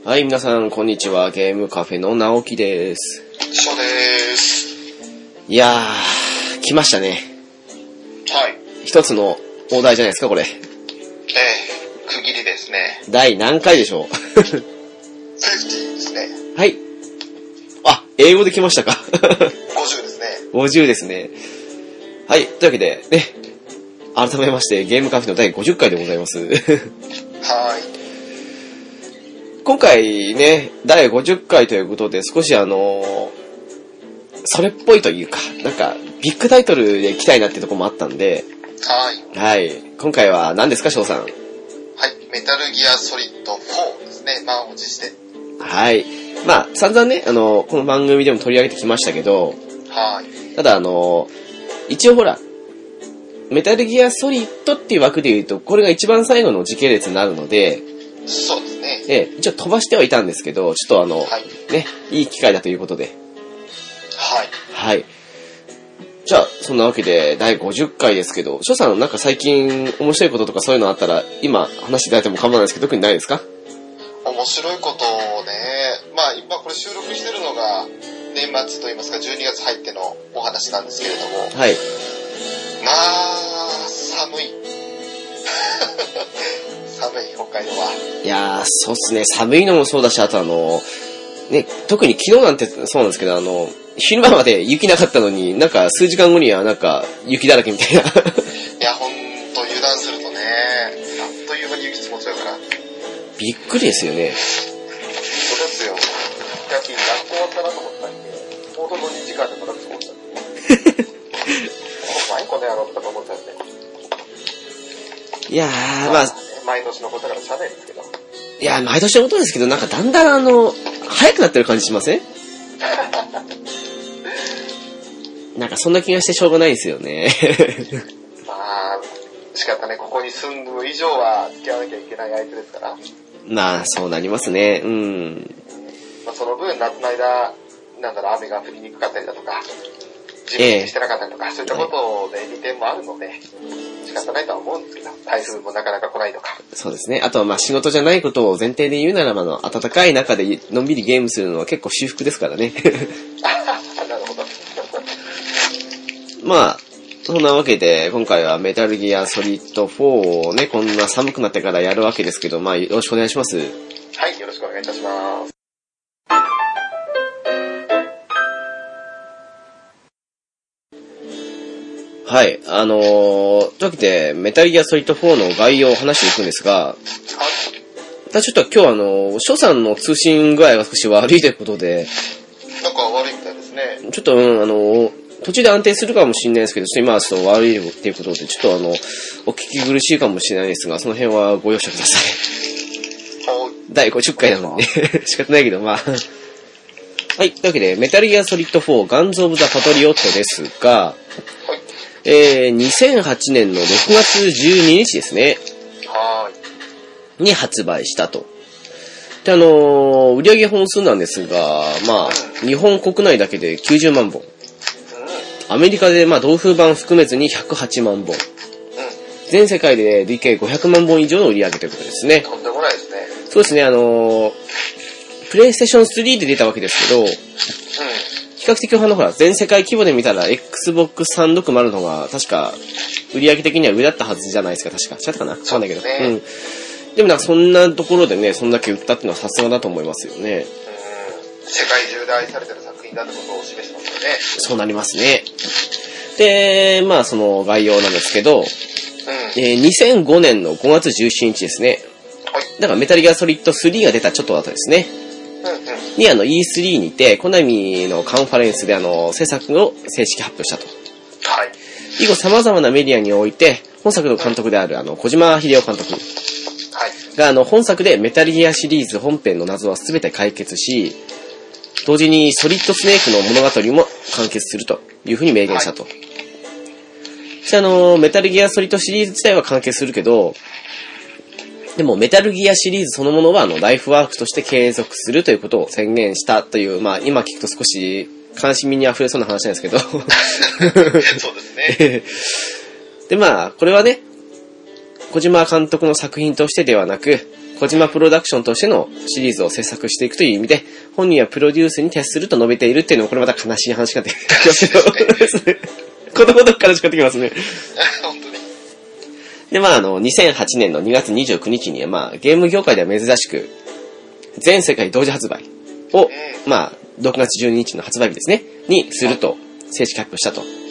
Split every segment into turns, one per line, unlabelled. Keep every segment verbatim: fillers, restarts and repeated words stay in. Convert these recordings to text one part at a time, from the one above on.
はい、皆さん、こんにちは。ゲームカフェの直樹です。
そうです。
いやー、来ましたね。
はい。
一つの大台じゃないですか、これ。
ええ、区切りですね。
第何回でしょう？
フィフティーですね。
はい。あ、英語で来ましたか。
ごじゅうですね。
ごじゅうですね。はい、というわけで、ね、改めまして、ゲームカフェの第ごじゅっかいでございます。
はい。
今回ね、だいごじゅっかいということで、少しあのー、それっぽいというか、なんか、ビッグタイトルで行きたいなってとこもあったんで、
はい。
はい。今回は何ですか、翔さん。
はい。メタルギアソリッドフォーですね。満を持して。
はい。まあ、散々ね、あの、この番組でも取り上げてきましたけど、
はい。
ただあの、一応ほら、メタルギアソリッドっていう枠で言うと、これが一番最後の時系列になるので、
そうですね。
ええ、一応飛ばしてはいたんですけど、ちょっとあの、
はい、
ね、いい機会だということで。
はい。
はい。じゃあ、そんなわけで、だいごじゅっかいですけど、翔さんなんか最近面白いこととかそういうのあったら、今話していただいても構わないですけど、特にないですか？
面白いことをね、まあ今これ収録してるのが、年末といいますか、じゅうにがつ入ってのお話なんですけれども、
はい。
まあ、寒い。寒い、北海道は。
いやー、そうっすね。寒いのもそうだし、あとあの、ね、特に昨日なんてそうなんですけど、あの、昼間まで雪なかったのに、なんか数時間後にはなんか雪だらけみたいな。い
や、ほんと油断するとね、あっという間に雪積もっちゃうから。
びっくりですよね。
そうですよ。さっき学校終わったなと思ったんで、ちょうどのにじかんでまた積もっちゃって。何この野郎とか思っちゃって。
いやー、まあ、
毎年のことだからしゃべるんですけど。
いやー、毎年のことですけど、なんかだんだんあの、早くなってる感じしません？なんかそんな気がしてしょうがないですよね。
まあ、仕方ね、ここに住む以上は付き合わなきゃいけない相手ですから。
まあ、そうなりますね。うん。
まあ、その分、夏の間、なんだろう、雨が降りにくかったりだとか、地面にしてなかったりとか、えー、そういったことで利点もあるので、仕方ないとは思うんですけど、台風もなかなか来ないとか。
そうですね。あとはまあ仕事じゃないことを前提で言うならば、の暖かい中でのんびりゲームするのは結構至福ですからね。
なるほど。
まあ、そんなわけで、今回はメタルギアソリッドフォーをね、こんな寒くなってからやるわけですけど、まあよろしくお願いします。
はい、よろしくお願いいたします。
はい、あのー、というわけで、メタルギアソリッドフォーの概要を話していくんですが、ただちょっと今日あの、翔さんの通信具合が少し悪いということで、
なんか悪いみたいですね。
ちょっと、うん、あの、途中で安定するかもしれないですけど、ちょっと今はちょっと悪いということで、ちょっとあの、お聞き苦しいかもしれないですが、その辺はご容赦ください。だいごじゅっかいなので、仕方ないけど、まあ。はい、というわけで、メタルギアソリッドフォー、ガンズ・オブ・ザ・パトリオットですが、えー、にせんはちねんのろくがつじゅうににちですね。
は
ーい。に発売したと。で、あのー、売上本数なんですが、まあ、日本国内だけできゅうじゅうまんぼん。アメリカで、まあ、同封版含めずにひゃくはちまんぼん。全世界で累計ごひゃくまんぼん以上の売り上げということですね。
とんでもないですね。
そうですね、あのー、プレイステーションスリーで出たわけですけど、うん、比較的あのほら、全世界規模で見たら エックスボックスさんびゃくろくじゅう のが確か売り上げ的には上だったはずじゃないですか、確か。違ったかな？わかんないけど。
ね、
うん。でもなんかそんなところでね、そんだけ売ったっていうのはさすがだと思いますよね。
うん。世界中で愛されてる作品だってことを示してますよね。
そうなりますね。で、まあその概要なんですけど、うん、えー、にせんごねんのごがつじゅうしちにちですね。はい。だからメタルギアソリッドスリーが出たちょっと後ですね。にあの イースリー にて、コナミのカンファレンスであの、制作を正式発表したと。
はい。
以後様々なメディアにおいて、本作の監督であるあの、小島秀夫監督。はい。があの、本作でメタルギアシリーズ本編の謎は全て解決し、同時にソリッドスネークの物語も完結するというふうに明言したと。はい。そしてあの、メタルギアソリッドシリーズ自体は完結するけど、でもメタルギアシリーズそのものはあのライフワークとして継続するということを宣言したという、まあ今聞くと少し悲しみに溢れそうな話なんですけどそう
ですね。
でまあこれはね、小島監督の作品としてではなく、 小島プロダクションとしてのシリーズを制作していくという意味で、本人はプロデュースに徹すると述べているっていうのも、これまた悲しい話が出てきますけど、子供の時からしか出てきますね。
本当に。
で、まあ、あの、にせんはちねんのにがつにじゅうくにちには、まあ、ゲーム業界では珍しく、全世界同時発売を、うん、まあ、ろくがつじゅうににちの発売日ですね、にすると、正式発表したと。うんうん、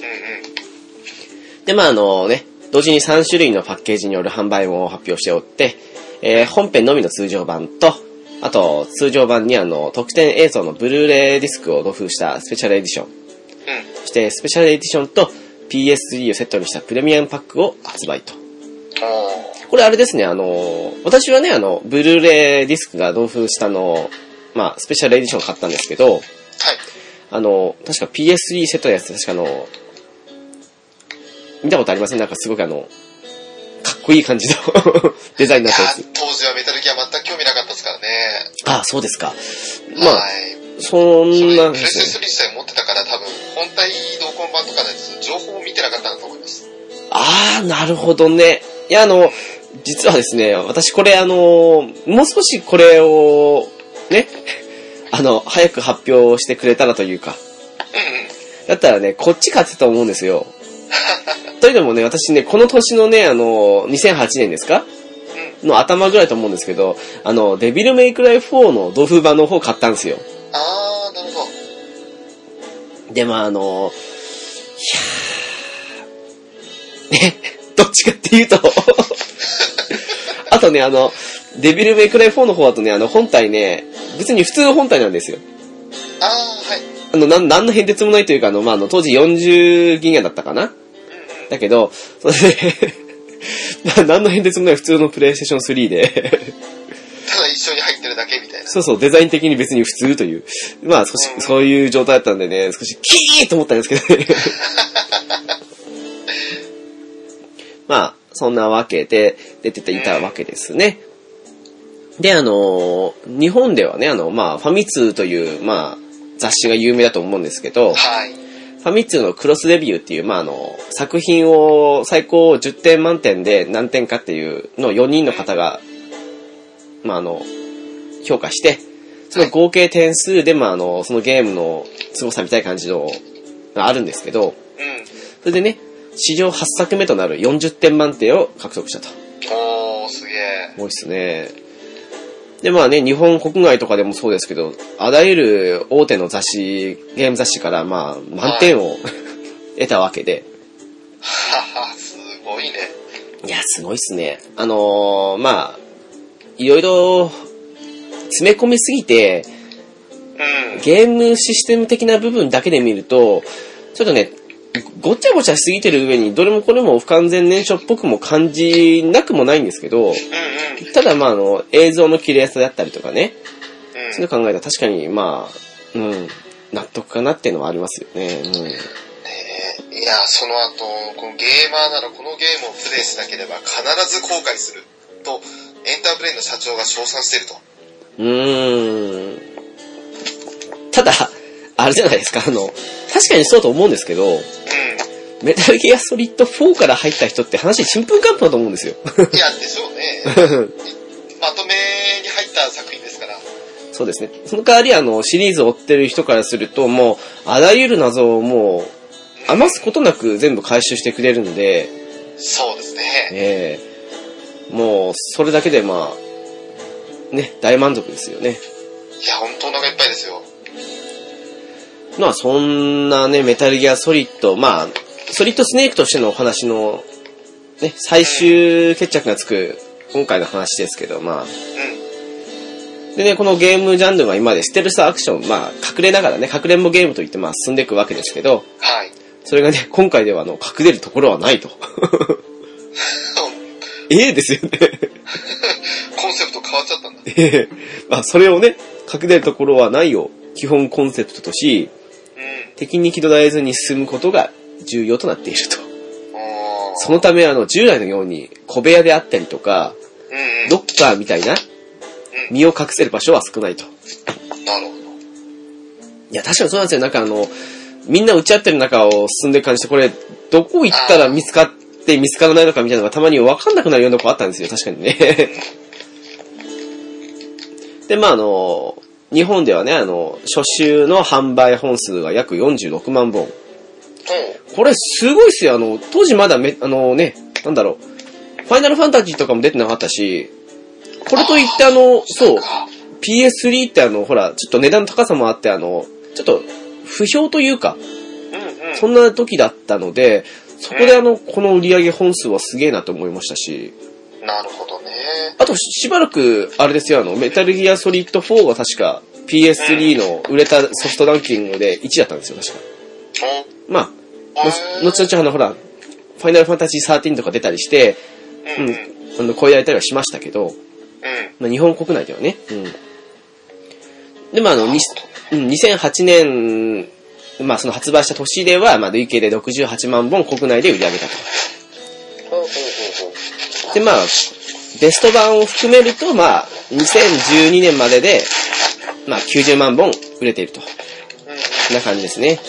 で、まあ、あのね、同時にさんしゅるいのパッケージによる販売も発表しておって、えー、本編のみの通常版と、あと、通常版にあの、特典映像のブルーレイディスクを同封したスペシャルエディション。うん、そして、スペシャルエディションと ピーエススリー をセットにしたプレミアムパックを発売と。これあれですね、あの、私はね、あの、ブルーレイディスクが同封したの、まあ、スペシャルエディションを買ったんですけど、はい。あの、確か ピーエススリー セットのやつ、確かあの、見たことありません？なんかすごくあの、かっこいい感じのデザインになったやつ。
当時はメタルギア全く興味なかったですからね。
ああ、そうですか。まあ、はい、そんな、
プレステスリー自体持ってたから多分、本体同梱版とかのやつ、情報を見てなかったんだと思います。
ああ、なるほどね。いや、あの、実はですね、私これあの、もう少しこれを、ね、あの、早く発表してくれたらというか、うんうん、だったらね、こっち買ってたと思うんですよ。というのもね、私ね、この年のね、あの、にせんはちねんですか、うん、の頭ぐらいと思うんですけど、あの、デビルメイクライフォーの同封版の方買ったんですよ。
あー、なるほ
ど。で、まああの、いやー、ね、どっちかっていうと、あとね、あの、デビルメイクライフォーの方だとね、あの、本体ね、別に普通の本体なんですよ。
あー、はい。
あの、なん、なんの変哲もないというか、あの、まあ、あの、当時よんじゅうギガだったかな、うんうん、だけど、それで、何の変哲もない普通のプレイステーションスリーで、
ただ一緒に入ってるだけみたいな。
そうそう、デザイン的に別に普通という、まあ、少し、うん、そういう状態だったんでね、少しキーッと思ったんですけどね。まあ、そんなわけで、出ていたわけですね。うん、で、あの、日本ではね、あの、まあ、ファミ通という、まあ、雑誌が有名だと思うんですけど、はい、ファミ通のクロスレビューっていう、まあ、あの、作品を最高じゅってん満点で何点かっていうのをよにんの方が、まあ、あの、評価して、その合計点数で、まあ、あの、そのゲームの凄さみたいな感じのがあるんですけど、それでね、史上はちさくめとなるよんじゅってん満点を獲得したと。
おー、すげえ。
多いっすね。で、まあね、日本国外とかでもそうですけど、あらゆる大手の雑誌、ゲーム雑誌から、まあ、満点を、はい、得たわけで。
はは、すごいね。
いや、すごいっすね。あのー、まあ、いろいろ、詰め込みすぎて、うん、ゲームシステム的な部分だけで見ると、ちょっとね、ごちゃごちゃしすぎてる上に、どれもこれも不完全燃焼っぽくも感じなくもないんですけど、うんうん、ただまあ、あの、映像の綺麗さだったりとかね、うん、そういうの考えたら確かにまあ、うん、納得かなっていうのはありますよね。うん、ね
え、いや、その後、このゲーマーならこのゲームをプレイしなければ必ず後悔すると、エンターブレインの社長が称賛していると。
うーん。ただ、あれじゃないですか、あの、確かにそうと思うんですけど、うん、メタルギアソリッドフォーから入った人って話ちんぷんかんぷんだと思うんですよ。
いや、でしょうね。まとめに入った作品ですから。
そうですね。その代わり、あの、シリーズを追ってる人からすると、もう、あらゆる謎をもう、余すことなく全部回収してくれるので、
そうですね。
ええー、もう、それだけでまあ、ね、大満足ですよね。
いや、本当お腹いっぱいですよ。
まあそんなね、メタルギアソリッド、まあ、ソリッドスネークとしてのお話の、ね、最終決着がつく今回の話ですけど、まあ、うん、でね、このゲームジャンルは今までステルスアクション、まあ、隠れながらね、かくれんぼゲームといってまあ進んでいくわけですけど、はい。それがね、今回ではあの、隠れるところはないと。ええですよね。
コンセプト変わっちゃったんだ。
ええ、まあ、それをね、隠れるところはないを基本コンセプトとし、敵に気取られずに進むことが重要となっていると。そのため、あの、従来のように小部屋であったりとか、うん、ロッカーみたいな、身を隠せる場所は少ないと。
なるほど。
いや、確かにそうなんですよ。なんかあの、みんな打ち合ってる中を進んでる感じで、これ、どこ行ったら見つかって見つからないのかみたいなのがたまに分かんなくなるようなとこあったんですよ。確かにね。 で、まあ、あの、日本ではね、あの、初週の販売本数が約よんじゅうろくまんぼん。これすごいっすよ。あの、当時まだめ、あのね、なんだろう、ファイナルファンタジーとかも出てなかったし、これといってあの、そう、ピーエススリー ってあの、ほら、ちょっと値段の高さもあって、あの、ちょっと、不評というか、うんうん、そんな時だったので、そこであの、うん、この売上本数はすげえなと思いましたし。
なるほどね。
あと、しばらく、あれですよ、あの、メタルギアソリッドフォーが確か、ピーエススリー の売れたソフトランキングでいちだったんですよ、確か。うん、まあ、後々あの、ほら、ファイナルファンタジーじゅうさんとか出たりして、うん、うん、あの、超えられたりはしましたけど、うん、まあ、日本国内ではね、うん。で、まあ、あの、にせんはちねん、まあ、その発売した年では、まあ、累計でろくじゅうはちまんぼん国内で売り上げたと。で、まあ、ベスト版を含めると、まあ、にせんじゅうにねんまでで、まあ、きゅうじゅうまんぼん売れていると。こんな感じですね。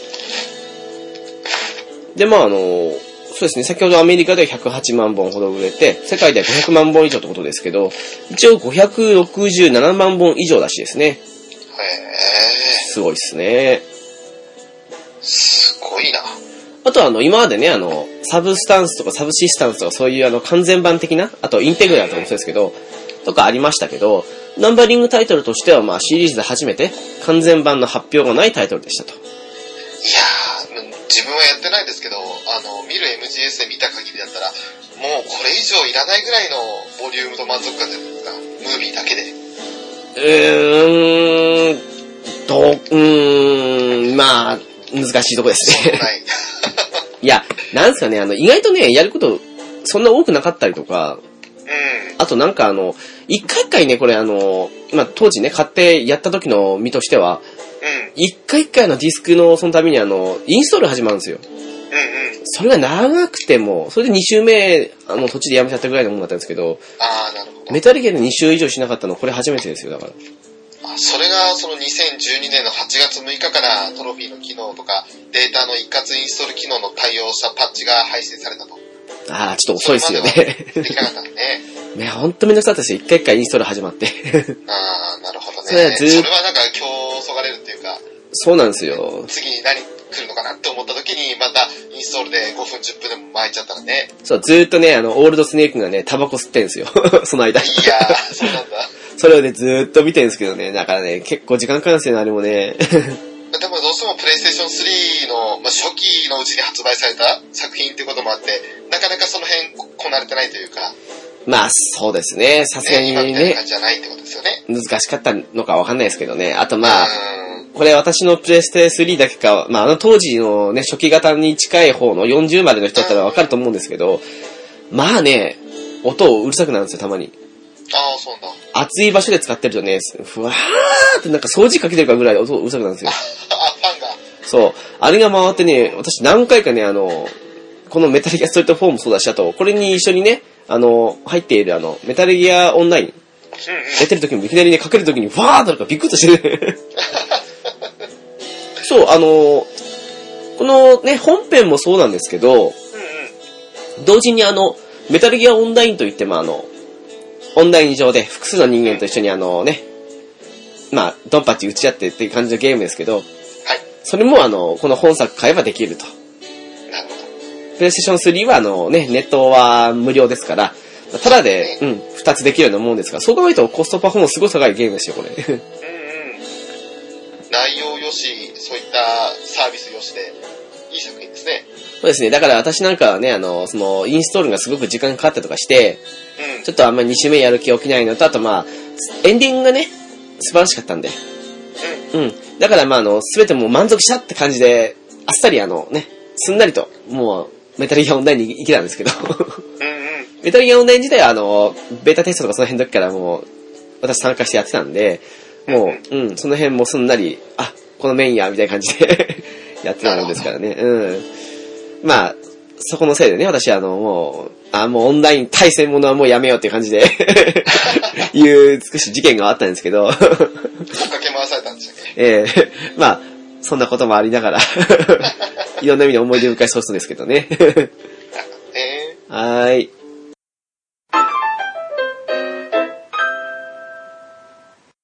で、まあ、あの、そうですね、先ほどアメリカではひゃくはちまんぼんほど売れて、世界ではごひゃくまんぼん以上ってことですけど、一応ごひゃくろくじゅうななまんぼん以上らしいですね。へー。すごいっすね。
すごいな。
あとはあの、今までね、あの、サブスタンスとかサブシスタンスとかそういうあの、完全版的な、あとインテグラルとかもそうですけど、とかありましたけど、ナンバリングタイトルとしてはまあシリーズで初めて完全版の発表がないタイトルでしたと。い
やー、自分はやってないですけど、あの、見る エムジーエス で見た限りだったら、もうこれ以上いらないぐらいのボリュームと満足感じゃないですか。ムービーだけで。
うーん、どう、うーん、まあ、難しいとこですね。ないいや、なんすかね、あの、意外とね、やること、そんな多くなかったりとか、うん、あとなんかあの、一回一回ね、これあの、まあ、当時ね、買ってやった時の身としては、一、うん、回一回のディスクのそのためにあの、インストール始まるんですよ。うんうん。それが長くても、それでに週目、あの、途中でやめちゃったぐらいのもんだったんですけど、
あー、なるほど。
メタルギアでに週以上しなかったのこれ初めてですよ、だから。
あ、それがそのにせんじゅうにねんのはちがつむいかからトロフィーの機能とか、データの一括インストール機能の対応したパッチが配信されたと。
ああ、ちょっと遅いですよね。
できなかったね。
ね、ほんとめんどくさかったですよ。一回一回インストール始まって。
ああ、なるほどね。それはずーっと。それはなんか今日そがれるっていうか。
そうなんですよ。
次に何来るのかなって思った時に、またインストールでごふんじゅっぷんでも巻いちゃったらね。
そう、ずーっとね、あの、オールドスネークがね、タバコ吸ってんですよ。その間。
いやー、そうなんだ。
それをね、ずーっと見てるんですけどね、だからね、結構時間かかるんですよね、あれもね。
でもどうしてもプレイステーションスリーの、まあ、初期のうちに発売された作品っていうこともあって、なかなかその辺こなれてないというか。
まあ、そうですね。さすがにね。
今みたいな感じじゃないってことですよね。
難しかったのかわかんないですけどね。あとまあ、これ私のプレステスリーだけか、まああの当時のね、初期型に近い方のよんじゅうまでの人だったらわかると思うんですけど、まあね、音うるさくなるんですよ、たまに。
ああ、そうなんだ。
暑い場所で使ってるとね、ふわーってなんか掃除かけてるかぐらい音うるさくなるんですよ。
あ、ファンが。
そう。あれが回ってね、私何回かね、あの、このメタルギアストリートフォーもそうだし、あと、これに一緒にね、あの、入っているあの、メタルギアオンライン、出てる時もいきなりね、かける時に、ファーとなんかびっくりとしてね。そう、あの、このね、本編もそうなんですけど、うんうん、同時にあの、メタルギアオンラインといってもあの、オンライン上で複数の人間と一緒にあのね、まあ、ドンパチ打ち合ってっていう感じのゲームですけど、はい、それもあの、この本作買えばできると。
なるほど。
プレイステーションスリーはあのね、ネットは無料ですから、ただで、うん、二つできるようなもんですから、そう考えるとコストパフォーマンスすごい高いゲームですよ、これ。うんうん。
内容よし、そういったサービスよしで、いい作品ですね。
そうですね。だから私なんかはね、あの、その、インストールがすごく時間かかったとかして、うん、ちょっとあんまりに週目やる気起きないのと、あとまあ、エンディングがね、素晴らしかったんで。うん。うん。だからまあ、あの、すべてもう満足したって感じで、あっさりあの、ね、すんなりと、もう、メタルギアオンラインに行けたんですけど。うんうん。メタルギアオンライン自体はあの、ベータテストとかその辺の時からもう、私参加してやってたんで、もう、うん、うん、その辺もすんなり、あ、このメインや、みたいな感じでやってたもんですからね。うん。まあ、そこのせいでね、私あの、もう、あ、もうオンライン対戦ものはもうやめようっていう感じで、いう少し事件があったんですけど。
かけ回されたんでしたっけ？
ええー、まあ、そんなこともありながら、いろんな意味で思い出深いソースですけどね。はーい。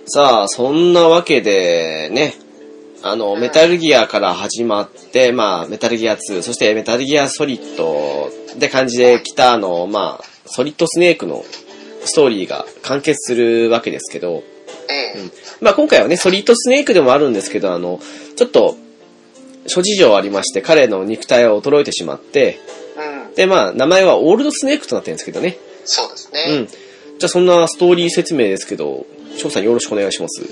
さあ、そんなわけでね、あの、メタルギアから始まって、まあ、メタルギアツー、そしてメタルギアソリッドで感じで来たあの、まあ、ソリッドスネークのストーリーが完結するわけですけど、うん、まあ今回はね、ソリッドスネークでもあるんですけど、あの、ちょっと、諸事情ありまして、彼の肉体は衰えてしまって、うん、で、まあ、名前はオールドスネークとなってるんですけどね。
そうですね。
うん。じゃあそんなストーリー説明ですけど、翔さんよろしくお願いします。
はい、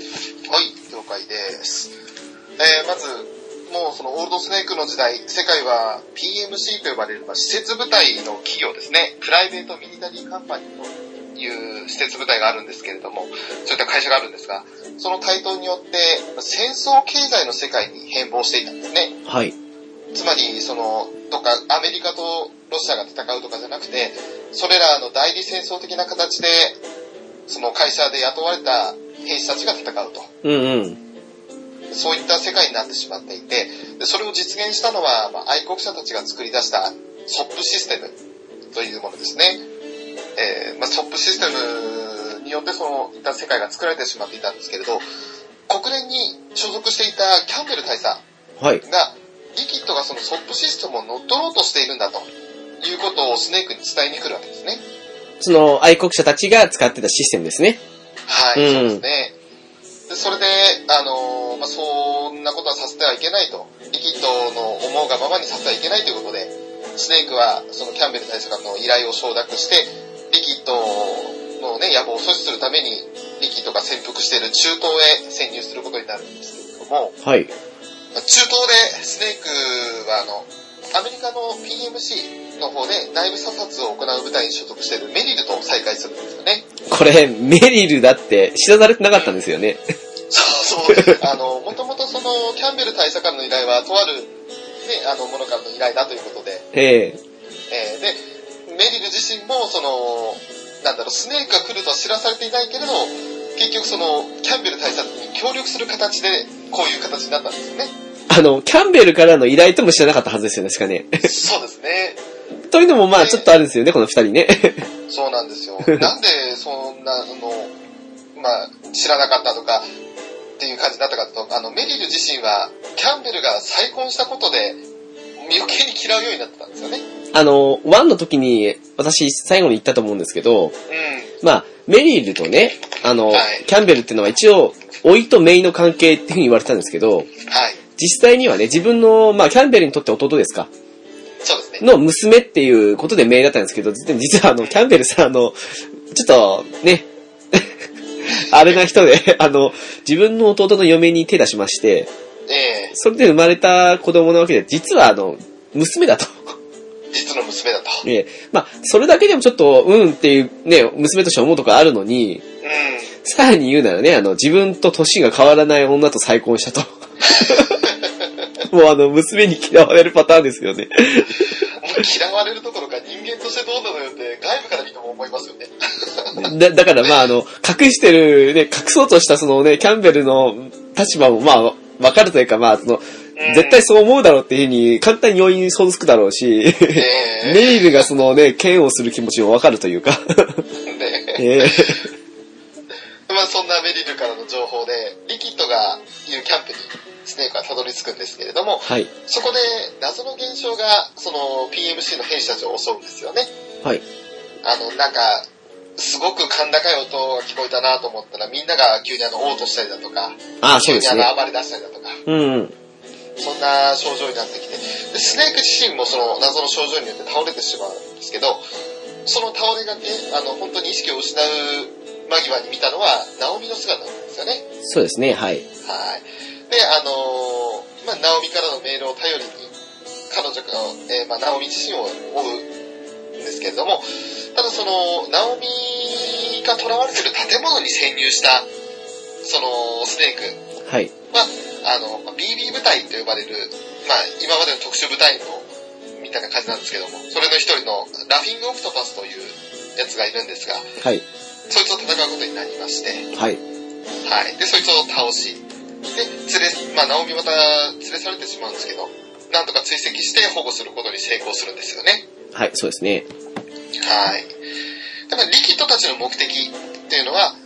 了解です。えー、まず、もうそのオールドスネークの時代、世界は ピーエムシー と呼ばれる、まあ、施設部隊の企業ですね。プライベートミリタリーカンパニーという施設部隊があるんですけれども、そういった会社があるんですが、その台頭によって戦争経済の世界に変貌していたんですね。
はい。
つまり、その、どっかアメリカとロシアが戦うとかじゃなくて、それらの代理戦争的な形で、その会社で雇われた兵士たちが戦うと。
うんうん。
そういった世界になってしまっていて、でそれを実現したのは、まあ、愛国者たちが作り出したソップシステムというものですね。えーまあ、ソップシステムによってそういった世界が作られてしまっていたんですけれど、国連に所属していたキャンベル大佐が、はい、リキッドがそのソップシステムを乗っ取ろうとしているんだということをスネークに伝えに来るわけですね。
その愛国者たちが使ってたシステムですね。
はい、うん、そうですね。でそれで、あのーまあ、そんなことはさせてはいけないと。リキッドの思うがままにさせてはいけないということで、スネークはそのキャンベル大佐の依頼を承諾して、リキッドのね、野望を阻止するために、リキッドが潜伏している中東へ潜入することになるんですけれども、
はい。
中東でスネークは、あの、アメリカの ピーエムシー の方で内部査察を行う部隊に所属しているメリルと再会するんですよね。
これ、メリルだって知らされてなかったんですよね。
そうそう。あの、もともとその、キャンベル大佐からの依頼は、とある、ね、あの、ものからの依頼だということで。
ええ
えー、で、メリル自身も、その、なんだろう、スネークが来るとは知らされていないけれど、結局その、キャンベル大佐に協力する形で、こういう形になったんですよね。
あの、キャンベルからの依頼とも知らなかったはずですよね、確かね。
そうですね。
というのも、まあ、ちょっとあるんですよね、この二人ね。
そうなんですよ。なんで、そんな、あの、まあ、知らなかったとか、っていう感じになったかと、あの、メリル自身は、キャンベルが再婚したことで、余計に嫌うようになってたんですよね。
あの、ワンの時に、私、最後に言ったと思うんですけど、うん、まあ、メリルとね、あの、はい、キャンベルっていうのは一応、老いと姪の関係っていうふうに言われてたんですけど、はい、実際にはね、自分の、まあ、キャンベルにとって弟ですか。
そうですね。
の娘っていうことで姪だったんですけど、実はあの、キャンベルさん、あの、ちょっと、ね、あれな人で、あの、自分の弟の嫁に手出しまして、ええ、それで生まれた子供なわけで、実はあの、娘だと。
実の娘だと。
ええ、まあ、それだけでもちょっと、うんっていうね、娘として思うところあるのに、うん、さらに言うならね、あの、自分と年が変わらない女と再婚したと。もうあの、娘に嫌われるパターンですよね。
嫌われるどころか人間としてどうなのよって外部から見ても思いますよね。
だ, だからまああの、隠してるね、隠そうとしたそのね、キャンベルの立場もまあ、わかるというかまあ、その、絶対そう思うだろうっていうふうに簡単に容易に想像つくだろうし、えー、メイルがそのね、嫌悪する気持ちもわかるというか。ね
えー、まあそんなメリルからの情報で、リキッドがいうキャンプにスネークはたどり着くんですけれども、はい、そこで謎の現象がその ピーエムシー の兵士たちを襲うんですよね。はい。あの、なんか、すごく甲高い音が聞こえたなと思ったら、みんなが急にあの、嘔吐したりだとか、
あ、そうですね、
急にあの、暴れ出したりだとか、うん、そんな症状になってきて、で、スネーク自身もその謎の症状によって倒れてしまうんですけど、その倒れがけ、あの、本当に意識を失う間際に見たのは、ナオミの姿なんですよね。
そうですね、はい。
はい。で、あのー、まあ、ナオミからのメールを頼りに、彼女の、えー、まあ、ナオミ自身を追うんですけれども、ただその、ナオミが囚われている建物に潜入した、その、スネーク。はい。まあ、あの、ビービー 部隊と呼ばれる、まあ、今までの特殊部隊の、みたいな感じなんですけども、それの一人の、ラフィングオクトパスというやつがいるんですが、はい。そいつと戦うことになりまして、はい。はい。で、そいつを倒し、で、連れ、まあ、ナオミまた連れ去られてしまうんですけど、なんとか追跡して保護することに成功するんですよね。
はい、そうですね。
はい。ただ、リキッドたちの目的っていうのは、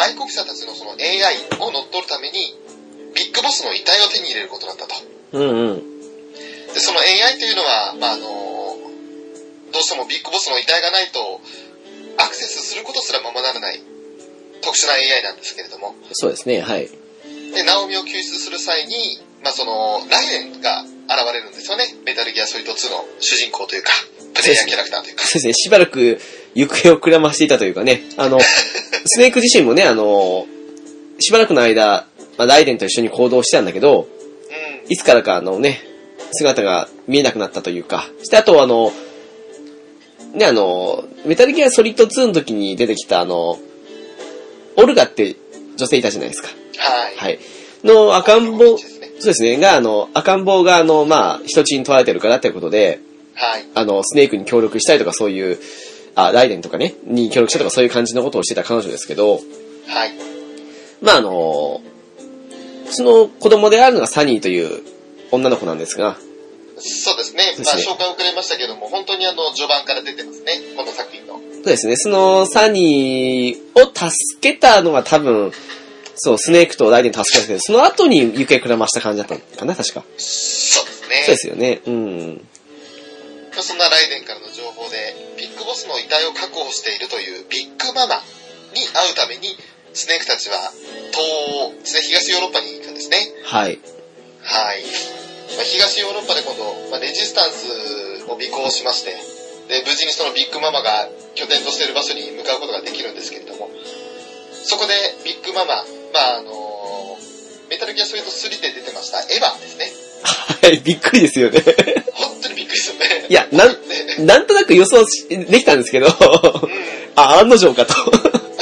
愛国者たちのその エーアイ を乗っ取るために、ビッグボスの遺体を手に入れることだったと。
うんうん。
で、その エーアイ というのは、まあ、あの、どうしてもビッグボスの遺体がないと、アクセスすることすらままならない特殊な エーアイ なんですけれども。
そうですね、はい。
で、ナオミを救出する際に、まあ、その、ライデンが現れるんですよね。メタルギアソリッドツーの主人公というか、プレイヤーキャラクターというか。
そうですね、しばらく行方をくらましていたというかね、あの、スネーク自身もね、あの、しばらくの間、まあ、ライデンと一緒に行動してたんだけど、うん、いつからかあのね、姿が見えなくなったというか、してあとあの、ね、あの、メタルギアソリッドツーの時に出てきたあの、オルガって女性いたじゃないですか。
はい。
はい。の赤ん坊、そうですね、があの、赤ん坊があの、まあ、人質に取られてるからっていうことで、
はい。
あの、スネークに協力したりとかそういう、あ、ライデンとかね、に協力したとかそういう感じのことをしてた彼女ですけど、
はい。
まああの、その子供であるのがサニーという女の子なんですが、
そうですね。まあ、紹介遅れましたけども、本当にあの、序盤から出てますね。この作品の。
そうですね。その、サニーを助けたのは多分、そう、スネークとライデン助けたんですけど、その後に行方くらました感じだったのかな、確か。
そうですね。
そうですよね。うん。
そんなライデンからの情報で、ビッグボスの遺体を確保しているというビッグママに会うために、スネークたちは、東欧、東ヨーロッパに行くんですね。
はい。
はい。まあ、東ヨーロッパで今度、まあ、レジスタンスを尾行しまして、で、無事にそのビッグママが拠点としている場所に向かうことができるんですけれども、そこでビッグママ、まあ、あのー、メタルギアソリッドスリーで出てましたエヴァですね。
はい、びっくりですよね。
本当にびっくりですよね。
いや、なん、なんとなく予想できたんですけど、うん、あ、案の定かと。あ、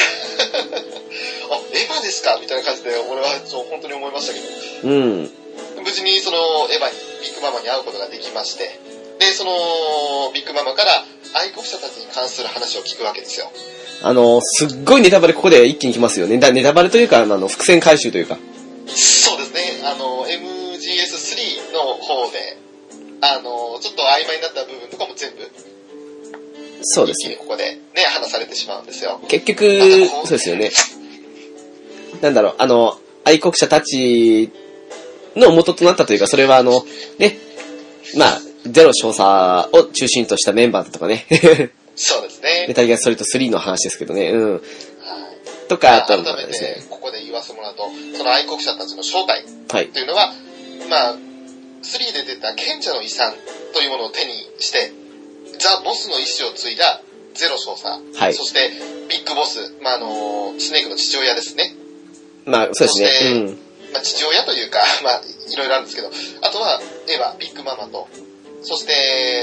エヴァですかみたいな感じで、俺は本当に思いましたけど。
うん。
無事にそのエヴァに、ビッグママに会うことができまして、で、そのビッグママから愛国者たちに関する話を聞くわけですよ。
あの、すっごいネタバレここで一気に来ますよね。ネタバレというか、あの、伏線回収というか。
そうですね。あの、エムジーエススリー の方で、あの、ちょっと曖昧になった部分とかも全部、
そうですね。
ここでね、話されてしまうんですよ。
結局、そうですよね。なんだろう、あの、愛国者たちの元となったというか、それはあの、ね、まあ、ゼロ少佐を中心としたメンバーだとかね。
そうですね。
メタルギアソリッドスリーの話ですけどね、うん。はい、とか、あと、
改めて、ここで言わせてもらうと、その愛国者たちの正体というのは、はい、まあ、スリーで出た賢者の遺産というものを手にして、ザ・ボスの意志を継いだゼロ少佐、はい、そしてビッグボス、まあ、あの、スネークの父親ですね。
まあ、そうですね。
そして、
うん、
まあ、父親というか、まあ、いろいろあるんですけど、あとは、エヴァ、ビッグママと、そして、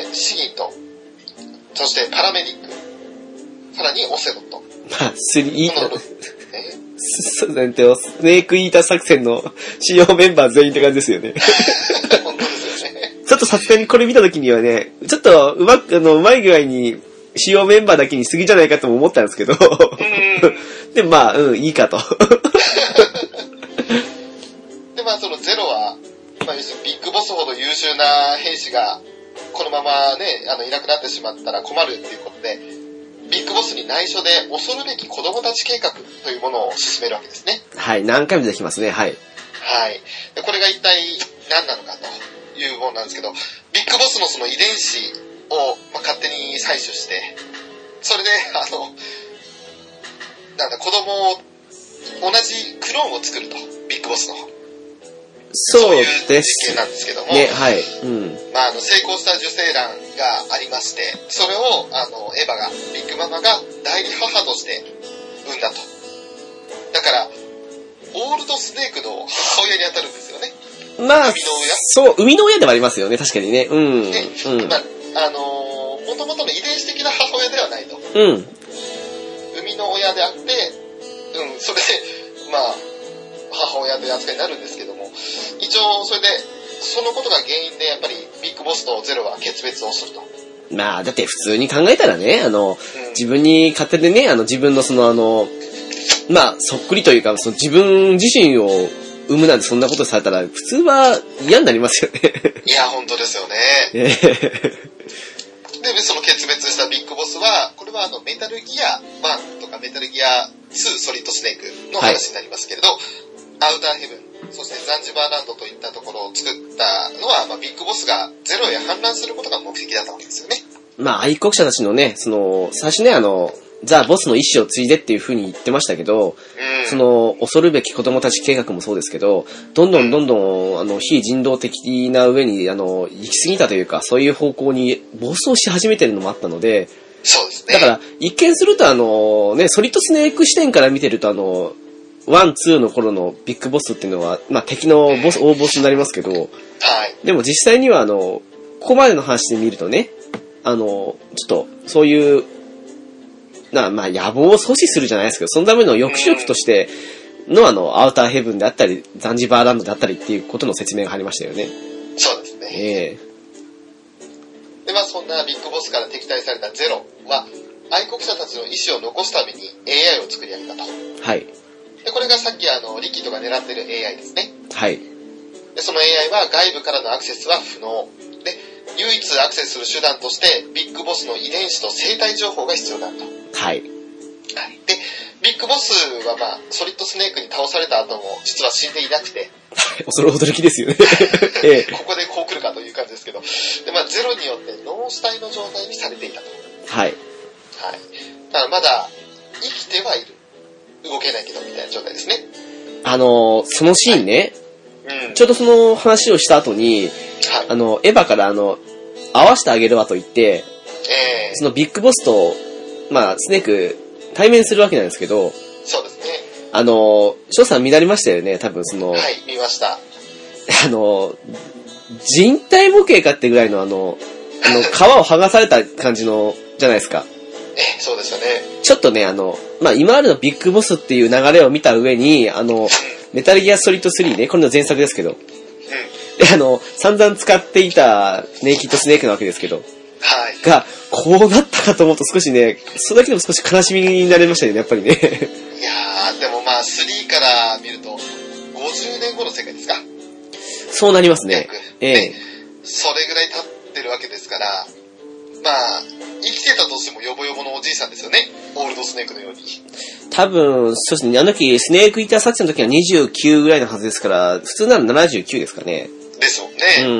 シギンと、そしてパラメディック、さらにオセロット。
まあ、スリー、そうだね、スネークイーター作戦の主要メンバー全員って感じですよね。
本当ですよね。
ちょっとさすがにこれ見たときにはね、ちょっとうまく、あの、うまい具合に、主要メンバーだけに過ぎじゃないかとも思ったんですけど。で、まあ、うん、いいかと。
で、まあ、そのゼロは、まあ、要するにビッグボスほど優秀な兵士が、このままね、あの、いなくなってしまったら困るっていうことで、ビッグボスに内緒で恐るべき子供たち計画というものを進めるわけですね。
はい、何回も出てきますね、はい。
はい。で、これが一体何なのかというものなんですけど、ビッグボスのその遺伝子を、まあ、勝手に採取して、それで、あの、なんだ、子供を、同じクローンを作ると、ビッグボスの。
そうです。
そういう実験なんですけども、
ね、はい。うん。
まあ、あの、成功した受精卵がありまして、それを、あの、エヴァが、ビッグママが代理母として産んだと。だから、オールドスネークの母親に当たるんですよね。
まあ、生みの親そう、生みの親ではありますよね、確かにね。うん。
ね、
うん。
まあ、あのー、元々の遺伝子的な母親ではないと。
うん。
生みの親であって、うん、それで、まあ、母親という扱いになるんですけども、一応、それで、そのことが原因で、やっぱり、ビッグボスとゼロは決別をすると。
まあ、だって普通に考えたらね、あの、うん、自分に勝手でね、あの、自分のその、あの、まあ、そっくりというか、その自分自身を産むなんてそんなことされたら、普通は嫌になりますよね。
いや、本当ですよね。で、その決別したビッグボスは、これはあの、メタルギアワンとかメタルギアツーソリッドスネークの話になりますけれど、はい、アウターヘブン、そしてザンジバーランドといったところを作ったのは、まあ、ビッグボスがゼロへ反乱することが目的だったわけですよね。
まあ、愛国者たちのね、その、最初ね、あの、ザ・ボスの意思を継いでっていう風に言ってましたけど、うん、その、恐るべき子供たち計画もそうですけど、どんどんどんどん、あの、非人道的な上に、あの、行き過ぎたというか、そういう方向に暴走し始めてるのもあったので、
そうですね。
だから、一見するとあの、ね、ソリッドスネーク視点から見てるとあの、ワン、ツーの頃のビッグボスっていうのは、まあ敵のボス、大ボスになりますけど、はい。でも実際にはあの、ここまでの話で見るとね、あの、ちょっと、そういう、な、まあ野望を阻止するじゃないですけど、そのための抑止力としてのあの、アウターヘブンであったり、ザンジバーランドであったりっていうことの説明が入りましたよね。
そうですね。ええー。で、まあそんなビッグボスから敵対されたゼロは、愛国者たちの意思を残すために エーアイ を作り上げたと。
はい。
で、これがさっきあの、リキッドが狙ってる エーアイ ですね。
はい。
で、その エーアイ は外部からのアクセスは不能。で、唯一アクセスする手段として、ビッグボスの遺伝子と生体情報が必要だと。
はい。
はい。で、ビッグボスはまあ、ソリッドスネークに倒された後も、実は死んでいなくて。
恐る驚きですよね。
ええ、ここでこう来るかという感じですけど。で、まあ、ゼロによって脳死体の状態にされていたと。
はい。
はい。だからまだ、生きてはいる。動けないけど、みたいな状態ですね。
あの、そのシーンね、
はい、うん、
ちょうどその話をした後に、はい、あの、エヴァからあの、会わせてあげるわと言って、えー、そのビッグボスと、まあ、スネーク、対面するわけなんですけど、
そうですね。
あの、翔さん見られましたよね、多分その。
はい、見ました。
あの、人体模型かってぐらいのあの、あの、皮を剥がされた感じの、じゃないですか。
え、そうですよね。
ちょっとね、あの、まあ、今までのビッグボスっていう流れを見た上に、あの、メタルギアソリッドスリーね、これの前作ですけど、うん、で、あの、散々使っていたネイキッドスネークなわけですけど、
はい。
が、こうなったかと思うと少しね、それだけでも少し悲しみになりましたよね、やっぱりね。い
やー、でもまあ、スリーから見ると、ごじゅうねんごの世界ですか。
そうなりますね。ええ。
ね、それぐらい経ってるわけですから、まあ、生きてたとしてもヨボヨボのおじいさんですよね。オールドスネークのように。
多分、そうですね。あの時、スネークイーター作戦の時はにじゅうきゅうぐらいのはずですから、普通ならななじゅうきゅうですかね。
ですもんね。うん。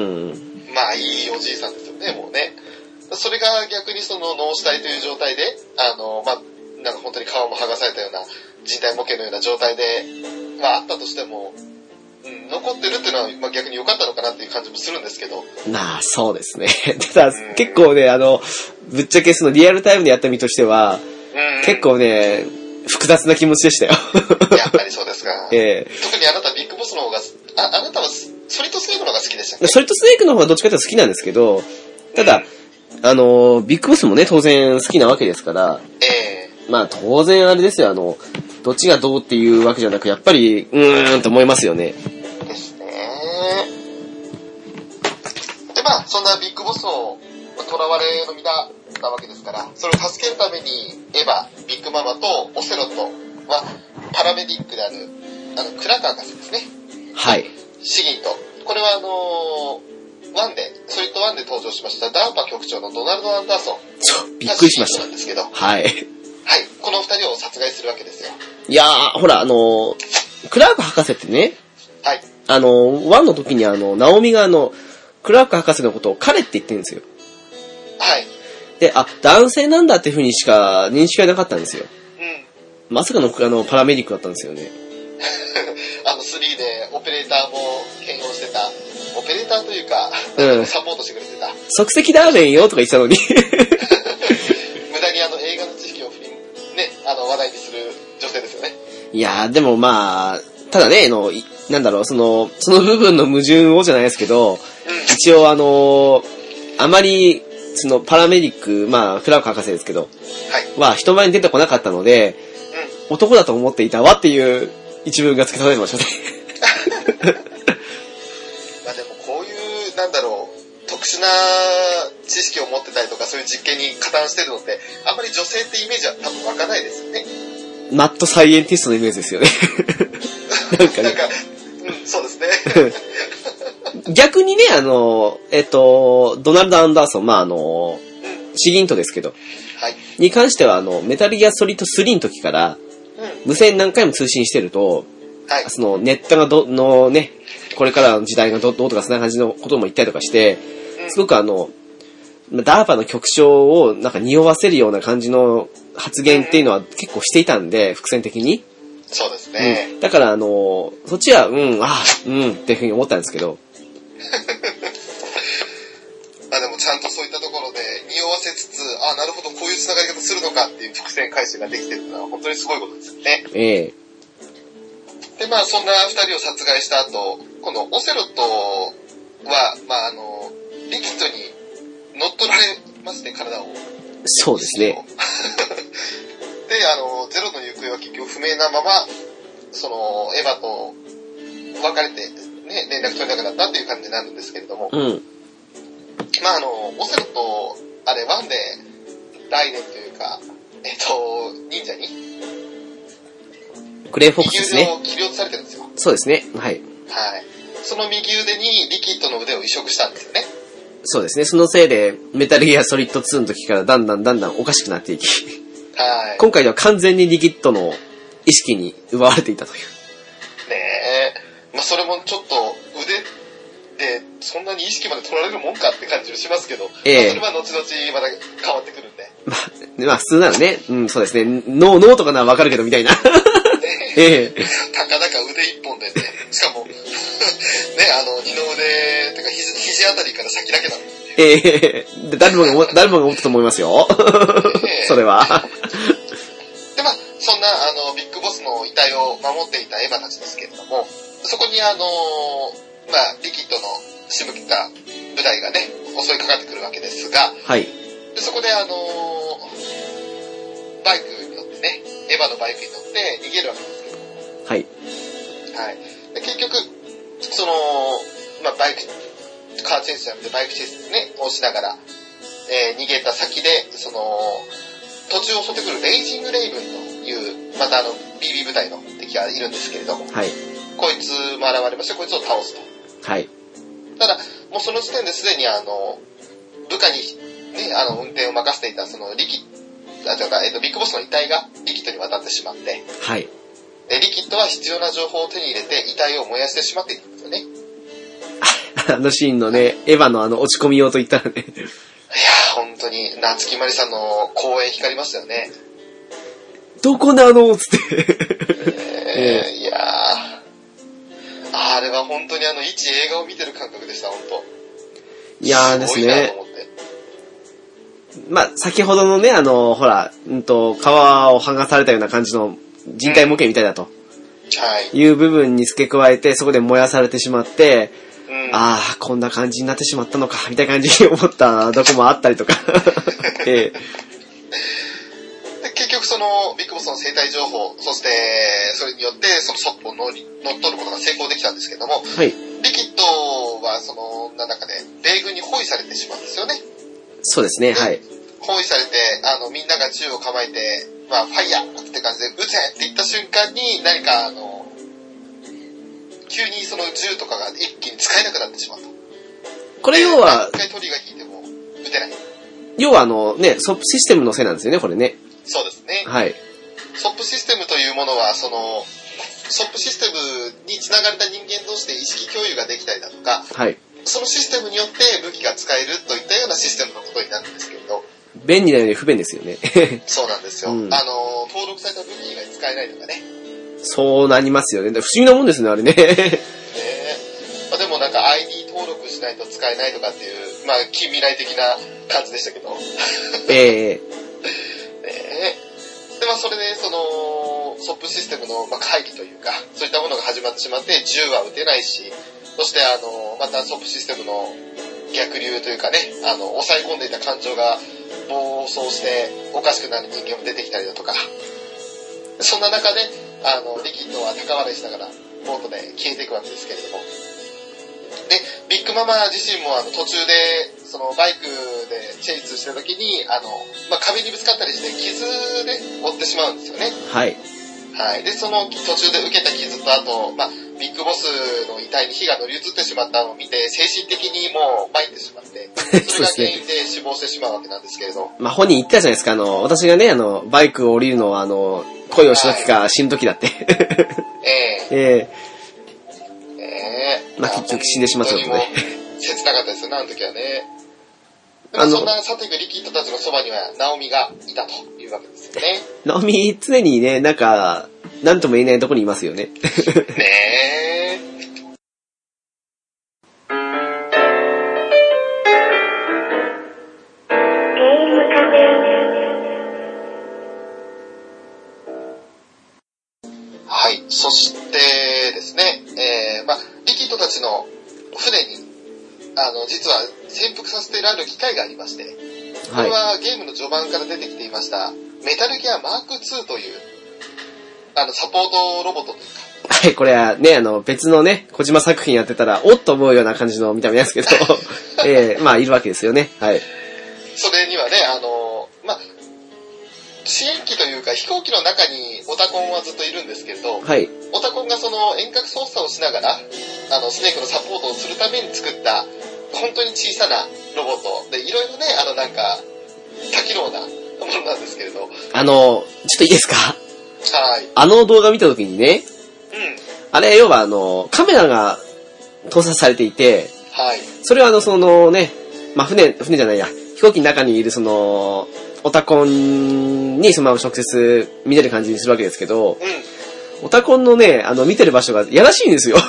まあ、いいおじいさんですよね、もうね。それが逆にその脳死体という状態で、あの、まあ、なんか本当に皮も剥がされたような人体模型のような状態で、まあ、あったとしても、うん、残ってるっていうのは、まあ、逆に良かったのかなっていう感じもするんですけど。
まあ、そうですね。ただ、結構ね、あの、ぶっちゃけそのリアルタイムでやった身としては、うん、結構ね、複雑な気持ちでしたよ。
やっぱりそうですか。ええー。特にあなたビッグボスの方が、あ、あなたはソリッドスネークの方が好きでしたっけ？
ソリッドスネークの方がどっちかというと好きなんですけど、ただ、うん、あの、ビッグボスもね、当然好きなわけですから、ええー。まあ、当然あれですよ、あの、どっちがどうっていうわけじゃなく、やっぱり、うーんと思いますよね。
ですね。で、まあ、そんなビッグボスの囚われの身だったわけですから、それを助けるために、エヴァ、ビッグママとオセロットは、パラメディックである、あの、クラッカー博士ですね。
はい。
シギント。これはあのー、ワンで、ソリッドワンで登場しました、ダーパ局長のドナルド・アンダーソン。
そう、びっくりしました。
なんですけど。
はい。
はい。この二人を殺害するわけですよ。
いやー、ほら、あのー、クラーク博士ってね、
はい。
あのー、ワンの時にあの、ナオミがあの、クラーク博士のことを彼って言ってるんですよ。
はい。
で、あ、男性なんだっていう風にしか認識がなかったんですよ。
うん。
まさかの、あの、パラメディックだったんですよね。
あの、スリーでオペレーターも兼用してた、オペレーターというか、うん、サポートしてくれてた。
即席ラーメンよとか言ってたのに。
無駄にあの、映画の知識を振り、ね、あの、話題にする女性ですよね。
いやー、でもまあ、ただね、あの、なんだろう、その、その部分の矛盾をじゃないですけど、うん、一応あの、あまり、そのパラメディック、まあ、クラーク博士ですけど、はい。は人前に出てこなかったので、うん、男だと思っていたわっていう一文が付け足されてましたね。
まあでもこういう、なんだろう、特殊な知識を持ってたりとか、そういう実験に加担してるのって、あんまり女性ってイメージは多分湧かないですよね。
マッドサイエンティストのイメージですよね。なんかね。なんか、
うん、そうですね。
逆にね、あの、えっと、ドナルド・アンダーソン、まあ、あの、シギントですけど、
はい。
に関しては、あの、メタルギアソリッドスリーの時から、うん、 無線何回も通信してると、
はい、
そのネットがどのね、これからの時代がどどうとかそんな感じのことも言ったりとかして、すごくあの、ダーパの局長をなんか匂わせるような感じの発言っていうのは結構していたんで、伏線的に。
そうですね。
うん、だからあの、そっちは、うん、あ、うんっていうふうに思ったんですけど。
まあでもちゃんとそういったところで匂わせつつ、あ、なるほど、こういう繋がり方するのかっていう伏線回収ができてるのは本当にすごいことですよね。
ええ。
で、まあそんな二人を殺害した後、このオセロットは、まああの、リキッドに乗っ取られますね、体を。
そうですね。
で、あの、ゼロの行方は結局不明なまま、その、エヴァと別れて、ね、連絡取れなくなったっていう感じになるんですけれども。
うん。
まああの、オセロット、あれ、ワンで、来年というか、えっと、忍者に、
グレイフォックスですね。
右腕を切り落とされてるんですよ。
そうですね。はい。
はい。その右腕にリキッドの腕を移植したんですよね。
そうですね。そのせいで、メタルギアソリッドツーの時からだんだんだんだんおかしくなっていき、
はい。
今回では完全にリキッドの意識に奪われていたという。
ねえ。まあそれもちょっと腕でそんなに意識まで取られるもんかって感じもしますけど、ええ、まあ、それは後々また変わってくるんで。
まあ、まあ普通ならね、うん、そうですね。脳、脳とかならわかるけどみたいな。
ええ。たかだか腕一本でね、しかも、ね、あの、二の腕、てか肘、肘あたりから先だけなんで。
ええ。誰もが、誰もが思ったと思いますよ。ええ、それは。
で、まあ、そんな、あの、ビッグボスの遺体を守っていたエヴァたちですけれども、そこにあの、まあ、リキッドの仕向けた部隊がね、襲いかかってくるわけですが、
はい。
でそこであの、バイクに乗ってね、エヴァのバイクに乗って逃げるわけですけど。
はい。
はい。で結局、その、まあ、バイク、カーチェイスじゃなくてバイクチェイスね、をしながら、えー、逃げた先で、その、途中を襲ってくるレイジングレイブンという、またあの、ビービー 部隊の敵がいるんですけれども、
はい。
こいつも現れまして、こいつを倒すと。
はい。
ただ、もうその時点ですでにあの、部下にね、あの、運転を任せていた、その、リキ、あ、というか、えっと、ビッグボスの遺体がリキッドに渡ってしまって、
はい。
で、リキッドは必要な情報を手に入れて、遺体を燃やしてしまっていたんですよね。
あのシーンのね、エヴァのあの、落ち込みようと言ったらね。いや
ー、本当に、夏木マリさんの光栄光りましたよね。
どこなのつって。
えー、いやー。あれは本当にあの、一映画を見てる感覚でした、本当。
いやーですね。まあ、先ほどのね、あの、ほら、うんと、皮を剥がされたような感じの人体模型みたいだと。はい。いう部分に付け加えて、そこで燃やされてしまって、うん、ああ、こんな感じになってしまったのか、みたいな感じに思ったとこもあったりとか。ええ、で
結局その、ビッグボスの生態情報、そして、それによって、そのソップを乗り、乗っ取ることが成功できたんですけども、はい。リキッドは、その、なんだかね、米軍に包囲されてしまうんですよね。
そうですね、はい。
包囲されて、あの、みんなが銃を構えて、まあ、ファイヤーって感じで、撃てって言った瞬間に、何か、あの、急にその銃とかが一気に使えなくなってしまうと。
これ要は、
一回鳥が引いても撃てない。
要はあのね、ソップシステムのせいなんですよね、これね。
そうですね。
はい。
ソップシステムというものは、その、ソップシステムにつながれた人間同士で意識共有ができたりだとか、はい。そのシステムによって武器が使えるといったようなシステムのことになるんですけれど。
便利なように不便ですよね。
そうなんですよ、うん。あの、登録された武器以外使えないとかね。
そうなりますよね。不思議なもんですね、あれね。ね
まあ、でもなんか アイディー 登録しないと使えないとかっていう、まあ、近未来的な感じでしたけど。ええー。ねで、まあ、それで、その、ソップシステムの、まあ、会議というか、そういったものが始まってしまって、銃は撃てないし、そして、あの、またソップシステムの逆流というかね、あの、抑え込んでいた感情が暴走しておかしくなる人間も出てきたりだとか、そんな中で、あの、リキッドは高笑いしながら、ボートで消えていくわけですけれども。で、ビッグママ自身も、あの、途中で、その、バイクでチェイスした時に、あの、まあ、壁にぶつかったりして、傷で負ってしまうんですよね。はい。はい。で、その途中で受けた傷と、あと、まあ、ビッグボスの遺体に火が乗り移ってしまったのを見て、精神的にもう参ってしまって、それが原因で死亡してしまうわけなんですけれど。
まあ、本人言ったじゃないですか、あの、私がね、あの、バイクを降りるのは、あの、 恋をした時か死ぬ時だって。
ええ
ええ
ええ
まあ結局死んでしまったことで。
切なかったですよね、あの時はね。あのそんな去っていくリキッドたちのそばにはナオミがいたというわけですよね。
ナオミ常にね、なんか、なんとも言えないところにいますよね。
ねえ。はい、そしてですね、えー、まあリキッドたちの船にあの実は潜伏させていられる機械がありまして、これはゲームの序盤から出てきていましたメタルギアマークツーというあのサポートロボットというか、
はい、これはね、あの別のね小島作品やってたらおっと思うような感じの見た目ですけど、えー、まあいるわけですよね。はい。
それにはね、あのまあ支援機というか飛行機の中にオタコンはずっといるんですけれど、
はい、
オタコンがその遠隔操作をしながらあのスネークのサポートをするために作った本当に小さなロボットで、いろいろね、あのなんか多機能なものなんですけれど、
あのちょっといいですか。
はい。
あの動画見たときにね、
うん。
あれ要はあのカメラが搭載されていて、
はい。
それはあのそのね、まあ船船じゃないや、飛行機の中にいるそのオタコンにそのまま直接見れる感じにするわけですけど、
うん。
オタコンのね、あの見てる場所がやらしいんですよ。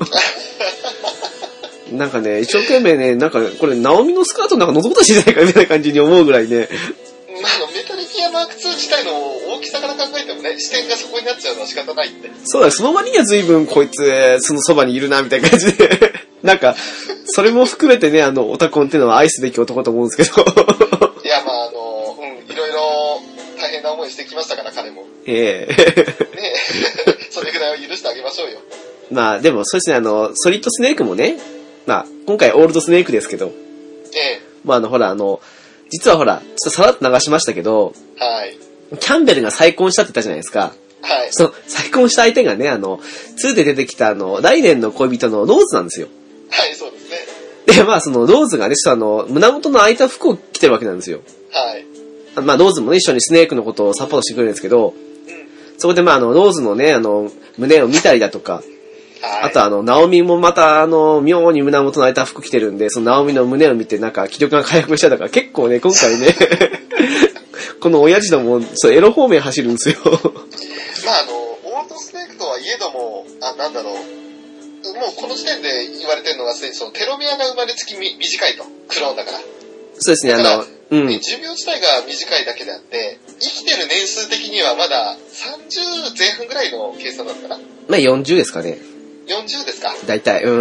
なんかね、一生懸命ね、なんかこれナオミのスカートなんか覗こうとしてないかみたいな感じに思うぐらいね。
まあ、あのメタルギアマークツー自体の大きさから考えてもね、視点がそこになっちゃうのは仕方ないって。
そうだ、その割には随分こいつそのそばにいるなみたいな感じで、なんかそれも含めてね、あのオタコンっていうのは愛すべき男と思うんですけど。
いや、まああの、うん、いろいろ大変な思いしてきましたから彼も。
ええ
ー。ね、それぐらいは許してあげましょうよ。
まあでもそうですね、あのソリッドスネークもね。まあ、今回オールドスネークですけど、
ええ、
まああのほらあの実はほらちょっとさらっと流しましたけど、
はい、
キャンベルが再婚したって言ったじゃないですか。
はい。
その再婚した相手がね、あのツーで出てきたあの来年の恋人のローズなんですよ。
はい、そうですね。
でまあそのローズがね、ちょっとあの胸元の開いた服を着てるわけなんですよ。
はい。
まあローズもね一緒にスネークのことをサポートしてくれるんですけど、うん、そこでまああのローズのねあの胸を見たりだとか。はい、あとあの、ナオミもまたあの、妙に胸元の開いた服着てるんで、そのナオミの胸を見てなんか気力が回復したとか、結構ね、今回ね、この親父ども、そう、エロ方面走るんですよ。
まああの、オールドスネークとはいえども、あ、なんだろう、もうこの時点で言われてるのがすでにそのテロメアが生まれつきみ短いと、クローンだから。
そうですね、あの、うん。
寿命自体が短いだけであって、生きてる年数的にはまださんじゅうぜん半ぐらいの計算なのかな。
まあよんじゅうですかね。
よんじゅうですか。
大体、うん。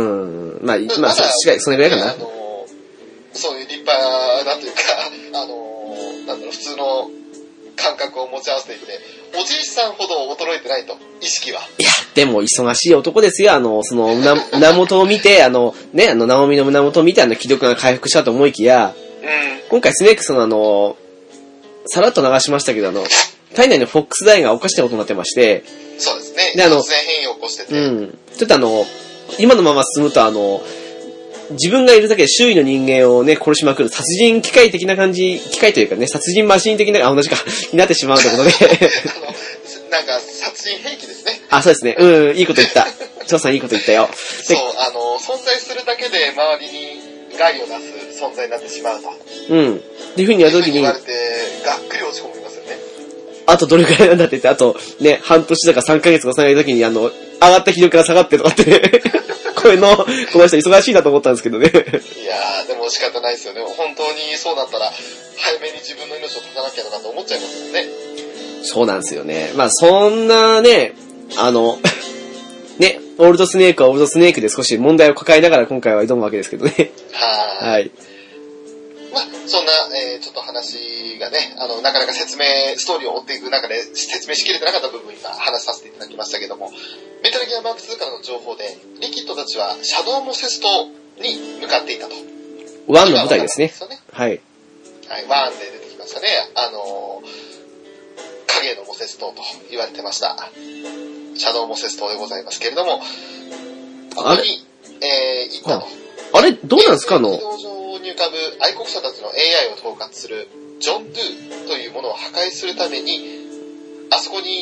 まあ、まあ、それぐらいかな。
あの、そういう立派なというか、あの、なんだろう、普通の感覚を持ち合わせていて、おじいさんほど衰えてないと、意識は。
いや、でも忙しい男ですよ。あの、その、胸、胸元を見て、あの、ね、あの、ナオミの胸元を見て、あの、気力が回復したと思いきや、
うん、
今回スネークその、あの、さらっと流しましたけど、あの、体内のフォックスダイがおかしなことになってまして、
そうですね。
で、あの、
突然変異を起こしてて。
うん。ちょっとあの、今のまま進むとあの、自分がいるだけで周囲の人間をね、殺しまくる殺人機械的な感じ、機械というかね、殺人マシン的な、あ、同じか、になってしまうということで。
あの、なんか、殺人兵器ですね。
あ、そうですね。うん、いいこと言った。張さんいいこと言ったよ。
そう、あの、存在するだけで周りに害を出す存在になってしまうと。
うん。っていう風にやるときに。
言われて、がっくり落ち込みますよね。
あとどれくらいなんだって言って、あとね、半年だかさんかげつかさないときに、あの、上がった気力が下がってとかってね、これの、この人忙しいなと思ったんですけどね。い
やー、でも仕方ないですよね。本当にそうだったら、早めに自分の命を絶たなきゃとかと思っちゃいますもんね。
そうなんですよね。まあそんなね、あの、ね、オールドスネークはオールドスネークで少し問題を抱えながら今回は挑むわけですけどね。
はーい。
はい。
まあ、そんな、えー、ちょっと話がね、あの、なかなか説明、ストーリーを追っていく中で説明しきれてなかった部分に話させていただきましたけども、メタルギアマークツーからの情報で、リキッドたちはシャドウモセス島に向かっていたと。
ワンの舞台ですね。
ね
はい。
はい、ワンで出てきましたね。あのー、影のモセス島と言われてました。シャドウモセス島でございますけれども、ここに、えー、行ったと。
あれ、どうなんですかあの、
移動上に浮かぶ愛国者たちの エーアイ を統括するジョン・ドゥというものを破壊するために、あそこに、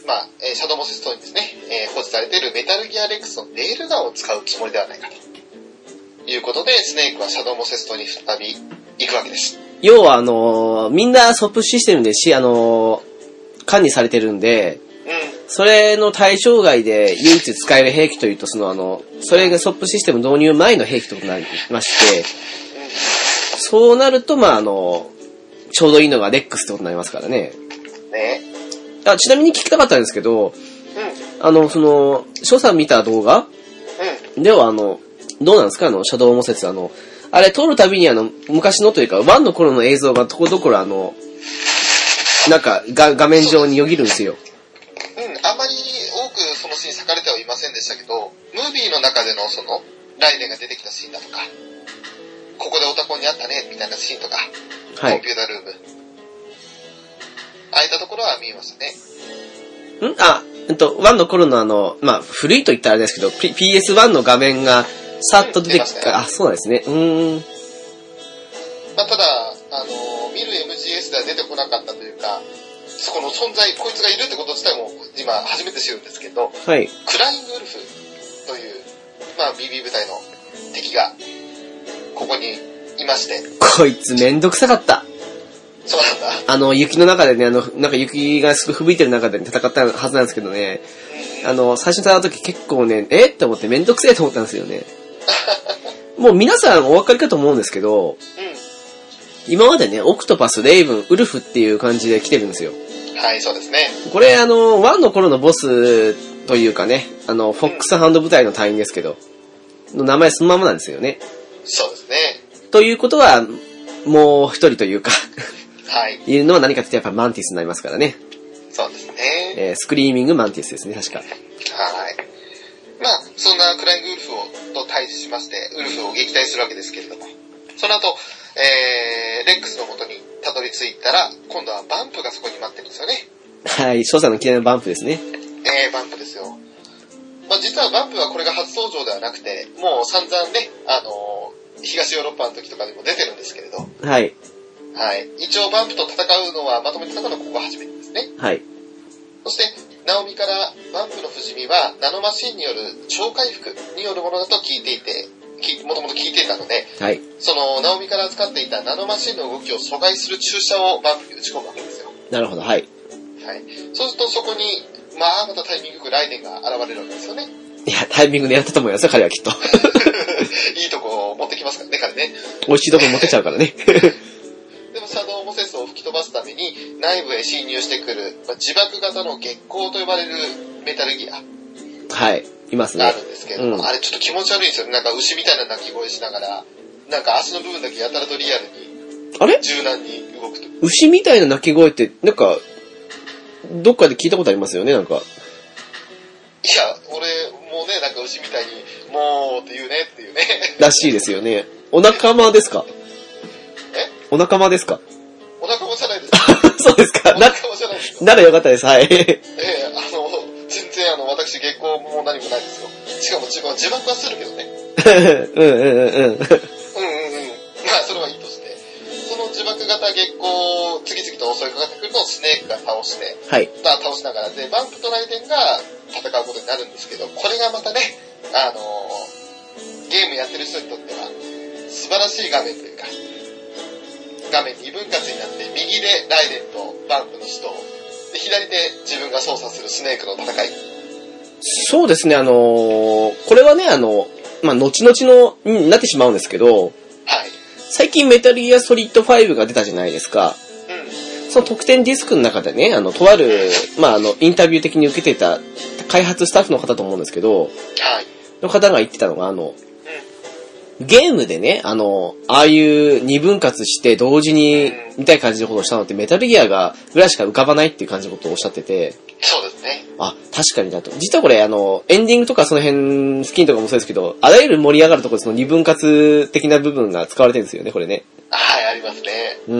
まあ、えー、シャドウモセストにですね、えー、放置されているメタルギアレックスのレールガンを使うつもりではないかということで、スネークはシャドウモセストに再び行くわけです。
要はあのー、みんなソップシステムでし、あのー、管理されてるんで、うん、それの対象外で唯一使える兵器というと、そのあの、それがソップシステム導入前の兵器となりまして、うん、そうなると、まああの、ちょうどいいのがレックスってことになりますからね。
ね。
あ、ちなみに聞きたかったんですけど、うん、あの、その、翔さん見た動画、うん、では、あの、どうなんですかあの、シャドウモセス、あの、あれ通るたびにあの、昔のというか、ワンの頃の映像がところどころあの、なんかが、画面上によぎるんですよ。
うん、あんまり多くそのシーン割かれてはいませんでしたけど、ムービーの中でのその、ライデンが出てきたシーンだとか、ここでオタコンにあったね、みたいなシーンとか、はい、コンピュータルーム。ああいったところは見えましたね。
んあ、えっと、ワンの頃のあの、まあ、古いと言ったらあれですけど、P- ピーエスワン の画面が、さっと出てきた、うん、あ、そうなんですね。うーん。
まあ、ただ、あの、見る エムジーエス では出てこなかったというか、この存在、こいつがいるってこと自体も今初めて知るんですけど、
はい。
クライングウルフという、まあ ビービー 部隊の敵が、ここにいまして。
こいつめんどくさかった。
そうなんだ。
あの、雪の中でね、あの、なんか雪がすごい吹雪いてる中で戦ったはずなんですけどね、うん、あの、最初に戦った時結構ね、えって思ってめんどくせえと思ったんですよね。もう皆さんお分かりかと思うんですけど、うん、今までね、オクトパス、レイブン、ウルフっていう感じで来てるんですよ。
はい、そうですね。
これあの、ワンの頃のボスというかね、あの、フォックスハンド部隊の隊員ですけど、の名前そのままなんですよね。
そうですね。
ということは、もう一人というか、
はい。
いうのは何かというとやっぱマンティスになりますからね。
そうですね。
えー、スクリーミングマンティスですね、確か。はい。
まあ、そんなクライングウルフをと対峙しまして、ウルフを撃退するわけですけれども、その後、えー、レックスの元にたどり着いたら、今度はバンプがそこに待ってるんですよね。
はい、翔さんの嫌いなバンプですね。
えー、バンプですよ。まあ、実はバンプはこれが初登場ではなくて、もう散々ね、あのー、東ヨーロッパの時とかにも出てるんですけれど。
はい。
はい。一応バンプと戦うのはまとめて戦うのはここが初めてですね。
はい。
そして、ナオミからバンプの不死身はナノマシンによる超回復によるものだと聞いていて、もともと聞いていたので、
はい、
そのナオミから扱っていたナノマシンの動きを阻害する注射をバンプに打ち込むわけですよ。
なるほど、はい。
はい。そうするとそこに、まあまたタイミングよくライデンが現れるわけですよね。
いや、タイミングでやったと思いますよ、彼はきっと。
いいとこ持ってきますからね、彼ね。
美味しいとこ持ってちゃうからね。
でもシャドウモセスを吹き飛ばすために内部へ侵入してくる、まあ、自爆型の月光と呼ばれるメタルギア。
はい、いますね。
あるんですけれども、うん、あれちょっと気持ち悪いんですよね。なんか牛みたいな鳴き声しながら、なんか足の部分だけやたらとリアルに、
あれ
柔軟に動くと。
牛みたいな鳴き声って、なんか、どっかで聞いたことありますよね、なんか。
いや、俺もね、なんか牛みたいに、もうって言うねっていうね。
らしいですよね。お仲間ですか？
え？
お仲間ですか？
お仲間じゃないです。
そうですか。
お仲間じゃないですよ。
ならよかったです、はい。
ええー、あの、全然あの、私月光も何もないですよ。しかも自分は自爆はするけどね。
うんうんうんうん。うんうんうん。
まあ、それはいいとして。その自爆型月光を次々と襲いかかってくるのをスネークが倒して、
はい。
まあ、倒しながらで、バンプとライデンが戦うことになるんですけど、これがまたね、あのー、ゲームやってる人にとっては、素晴らしい画面というか、画面に分割になって、右でライデンとバンプの死闘、で左で自分が操作するスネークの戦い。
そうですね、あのー、これはね、あの、まあ、後々の、になってしまうんですけど、はい。最近メタルギアソリッドファイブが出たじゃないですか。うん。その特典ディスクの中でね、あの、とある、まあ、あの、インタビュー的に受けていた開発スタッフの方と思うんですけど、はい。の方が言ってたのが、あの、ゲームでね、あの、ああいう二分割して同時に見たい感じのことをしたのってメタルギアがぐらいしか浮かばないっていう感じのことをおっしゃってて。
そうですね。
あ、確かにだと。実はこれあの、エンディングとかその辺、スキンとかもそうですけど、あらゆる盛り上がるところでその二分割的な部分が使われてるんですよね、これね。
はい、ありますね。
うん。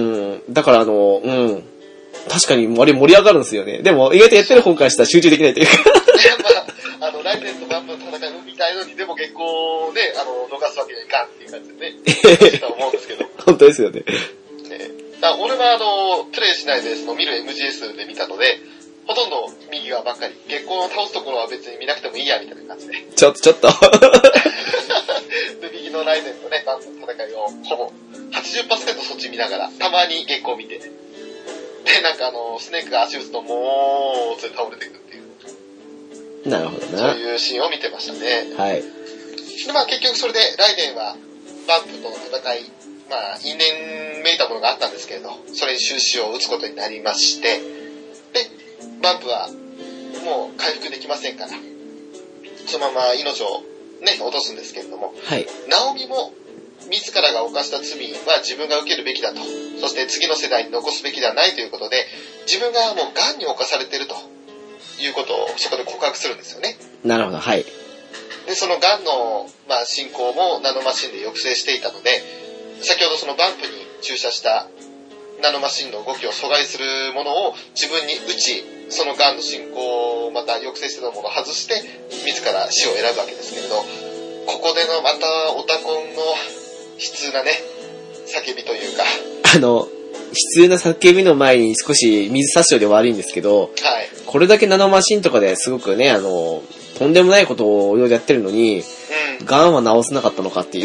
だからあの、うん。確かにあれ盛り上がるんですよね。でも意外とやってる方からしたら集中できないというか。
まあ、あの、ライデンとバンプの戦いを見たいのに、でも月光で、あの、逃すわけにはいかんっていう感じでね。と思うんですけど。
本当ですよね。
ね、だ俺はあの、プレイしないで、その見る エムジーエス で見たので、 ほとんど右側ばっかり。月光を倒すところは別に見なくてもいいや、みたいな感じで。
ちょっと、ちょっと。
で、右のライデンとね、バンプの戦いをほぼ はちじゅっパーセント そっち見ながら、たまに月光見て、で、なんかあの、スネークが足打つともう、それ倒れていくっていう。
なるほどな。
そういうシーンを見てましたね。
はい。
で、まあ結局それで、ライデンは、バンプとの戦い、まあ、因縁めいたものがあったんですけれど、それに終止を打つことになりまして、で、バンプは、もう回復できませんから、そのまま命をね、落とすんですけれども、
はい。
ナオミも、自らが犯した罪は自分が受けるべきだと、そして次の世代に残すべきではないということで、自分がもう癌に侵されているということをそこで告白するんですよね。
なるほど、はい。
で、その癌の、まあ、進行もナノマシンで抑制していたので、先ほどそのバンプに注射したナノマシンの動きを阻害するものを自分に打ち、その癌の進行をまた抑制してたものを外して、自ら死を選ぶわけですけれど、ここでのまたオタコンの悲痛なね、叫びというか。
あの、悲痛な叫びの前に少し水差しで悪いんですけど、はい、これだけナノマシンとかですごくね、あの、とんでもないことをやってるのに、うん、ガンは治せなかったのかっていう。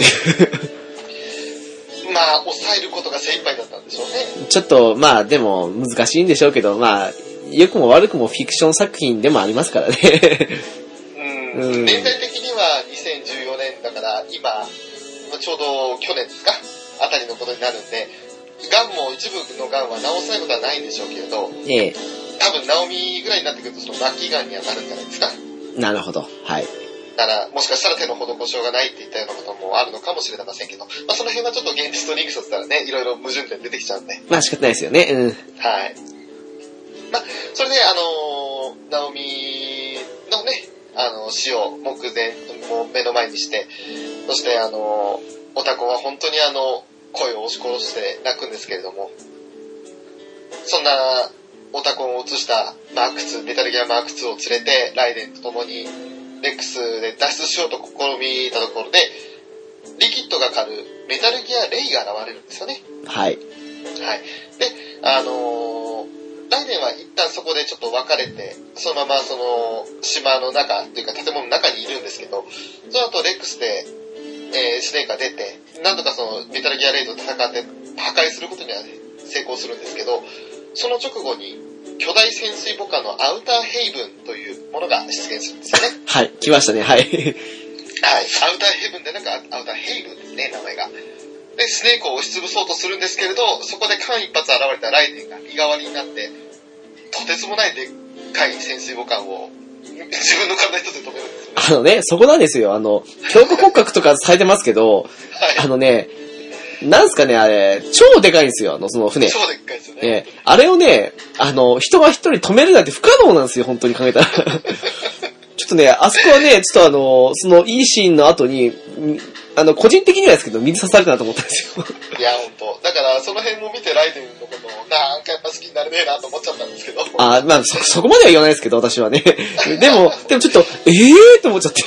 まあ、抑えることが精一杯だったんでしょうね。
ちょっと、まあ、でも難しいんでしょうけど、まあ、良くも悪くもフィクション作品でもありますからね。
うん、うん。年代的にはにせんじゅうよねんだから、今、ちょうど去年ですかあたりのことになるんで、ガンも一部のガンは治せないことはないんでしょうけれど、ええ、多分ナオミぐらいになってくるとその末期ガンにはなるんじゃないですか。
なるほど、はい。
だからもしかしたら手の施しようがないっていったようなこともあるのかもしれませんけど、まあその辺はちょっと現実とリンクさせたらね、いろいろ矛盾点出てきちゃうんで。
まあ仕方ないですよね。うん。
はい。まあそれであのー、ナオミのね。あの、死を目前、もう目の前にして、そしてあの、オタコは本当にあの、声を押し殺して泣くんですけれども、そんなオタコンを映したマークツー、メタルギアマークツーを連れて、ライデンと共に、レックスで脱出しようと試みたところで、リキッドが狩るメタルギアレイが現れるんですよね。
はい。はい。
で、あのー、ライデンは一旦そこでちょっと別れて、そのままその島の中というか建物の中にいるんですけど、その後レックスで、えー、スネークが出て、なんとかそのメタルギアレイと戦って破壊することには成功するんですけど、その直後に巨大潜水母艦のアウターヘイブンというものが出現するんですよね。
はい、来ましたね、はい。はい、
アウターヘイブンでなんかアウターヘイブンですね、名前が。で、スネークを押しつぶそうとするんですけれど、そこで間一髪現れたライデンが身代わりになって、とてつもないでっかい潜水母艦を自分の体一つで止めるんですよね。
あのね、そこなんですよ。あの、強化骨格とかされてますけど、はい、あのね、なんすかね、あれ、超でかいんですよ、あの、その船。
超でっかいですよね。
ね、あれをね、あの、人が一人止めるなんて不可能なんですよ、本当に考えたら。ちょっとね、あそこはね、ちょっとあの、そのいいシーンの後に、あの、個人的にはですけど、水刺さるかなと思ったんですよ。
いや、ほんと。だから、その辺も見て、ライデンのことを、なんかやっぱ好きになれねえなと思っちゃったんですけど。
あ、まあ、そ、そこまでは言わないですけど、私はね。でも、でもちょっと、ええーと思っちゃって。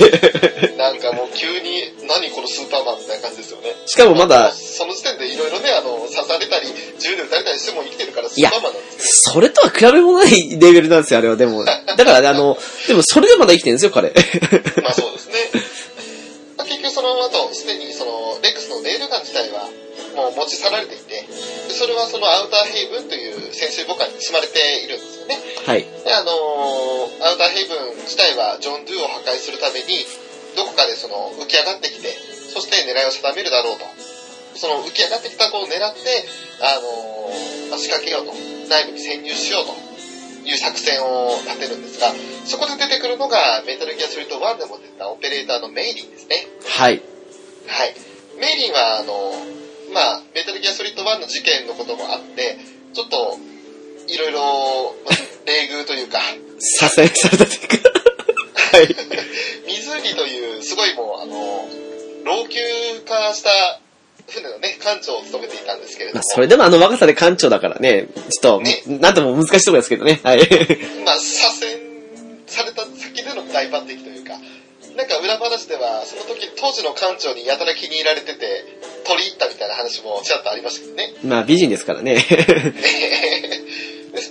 なんかもう急に、何このスーパーマンみたいな感じですよね。
しかもまだ、
その時点でいろいろね、あの、刺されたり、銃で撃たれたりしても生きてるからスーパーマンなんですよ。
それとは比べもないレベルなんですよ、あれは。でも、だからね、あの、でもそれでまだ生きてるんですよ、彼。
まあそうですね。結局その後、すでにその、レックスのレールガン自体は、もう持ち去られていて、それはそのアウターヘイブンという潜水母艦に積まれているんですよね。
はい。
で、あのー、アウターヘイブン自体はジョン・ドゥを破壊するために、どこかでその浮き上がってきて、そして狙いを定めるだろうと。その浮き上がってきた子を狙って、あのーまあ、仕掛けようと。内部に潜入しようという作戦を立てるんですが、そこで出てくるのがメタルギアソリッドワンでも出たオペレーターのメイリンですね。
はい。
はい。メイリンは、あの、まあ、メタルギアソリッドワンの事件のこともあって、ちょっと、いろいろ、まあ、冷遇というか。
左遷されたというか。はい。
湖という、すごいもう、あの、老朽化した船のね、艦長を務めていたんですけれども。まあ、
それでもあの若さで艦長だからね、ちょっと、ね、なんとも難しいところですけどね。はい。
まあ、左遷された先での大抜擢というか、なんか裏話では、その時当時の艦長にやたら気に入られてて、取り入ったみたいな話もちらっとありましたけどね。
まあ美人ですからね。
でま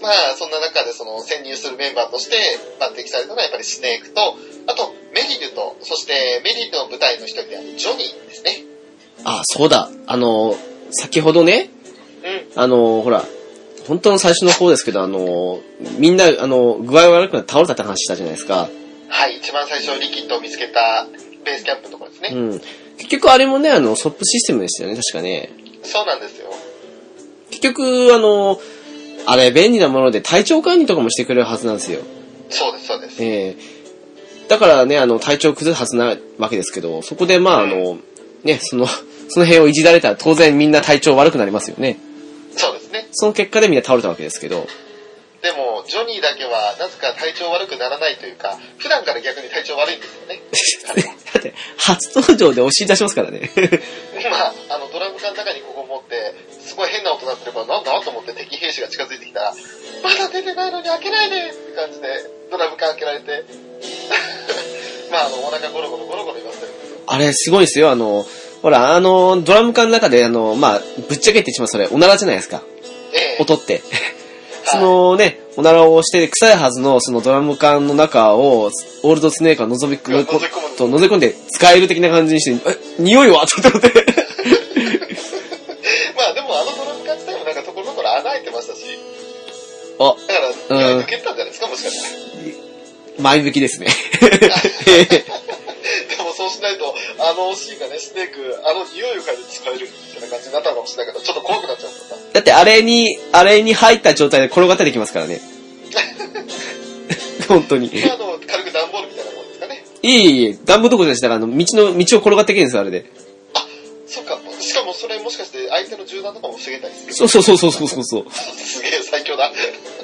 まあ、そんな中でその潜入するメンバーとして抜擢されたのはやっぱりスネークと、あとメリルと、そしてメリルの舞台の一人であるジョニーですね。
あ、そうだ。あの、先ほどね、うん、あの、ほら、本当の最初の方ですけど、あの、みんな、あの、具合悪くなって倒れたって話したじゃないですか。
はい、一番最初リキッドを見つけたベースキャンプのところですね。
うん。結局あれもね、あの、ソップシステムでしたよね、確かね。
そうなんですよ。
結局、あの、あれ、便利なもので体調管理とかもしてくれるはずなんですよ。
そうです、そうです。
ええー。だからね、あの、体調崩すはずなわけですけど、そこで、まあ、うん、あの、ね、その、その辺をいじられたら当然みんな体調悪くなりますよね。
そうですね。そ
の結果でみんな倒れたわけですけど。
でも、ジョニーだけは、なぜか体調悪くならないというか、普段から逆に体調悪いんですよね。
だって、初登場で押し出しますからね。
まあ、あの、ドラム缶の中にここ持って、すごい変な音鳴ってるから、なんだと思って敵兵士が近づいてきたら、まだ出てないのに開けないでって感じで、ドラム缶開けられて、まあ、あの、お腹ゴロゴロゴロゴロ言わせてるんですよ。
あれ、すごいですよ。あの、ほら、あの、ドラム缶の中で、あの、まあ、ぶっちゃけてしまうそれ、おならじゃないですか。
ええ、
音って。そのね、おならをして臭いはずのそのドラム缶の中を、オールドスネークが覗き込むと、覗き込んで使える的な感じにして、え、匂いはって思って。
まあでもあのドラム缶自体もなんかところどころ穴開いてましたし。
あ、
だから、匂い抜けたんじゃないですか、もしかしたら。
前向きですね。
でもそうしないと、あのシーンがね、スネーク、あの匂いを嗅いで使えるみたいな感じになったのかもしれないけど、ちょっと怖くなっちゃうからさ。
だってあれに、あれに入った状態で転がったりできますからね。本当に。
まあ、あの、軽く段ボールみたいなもんですかね。
いえいえ、段ボールどころでしたら、あの、道の、道を転がっていけるんですよ、あれで。
あ、そっか。しかもそれもしかして相手の銃弾とかも防げたりする。
そうそうそうそうそうそう。
すげえ最強だ。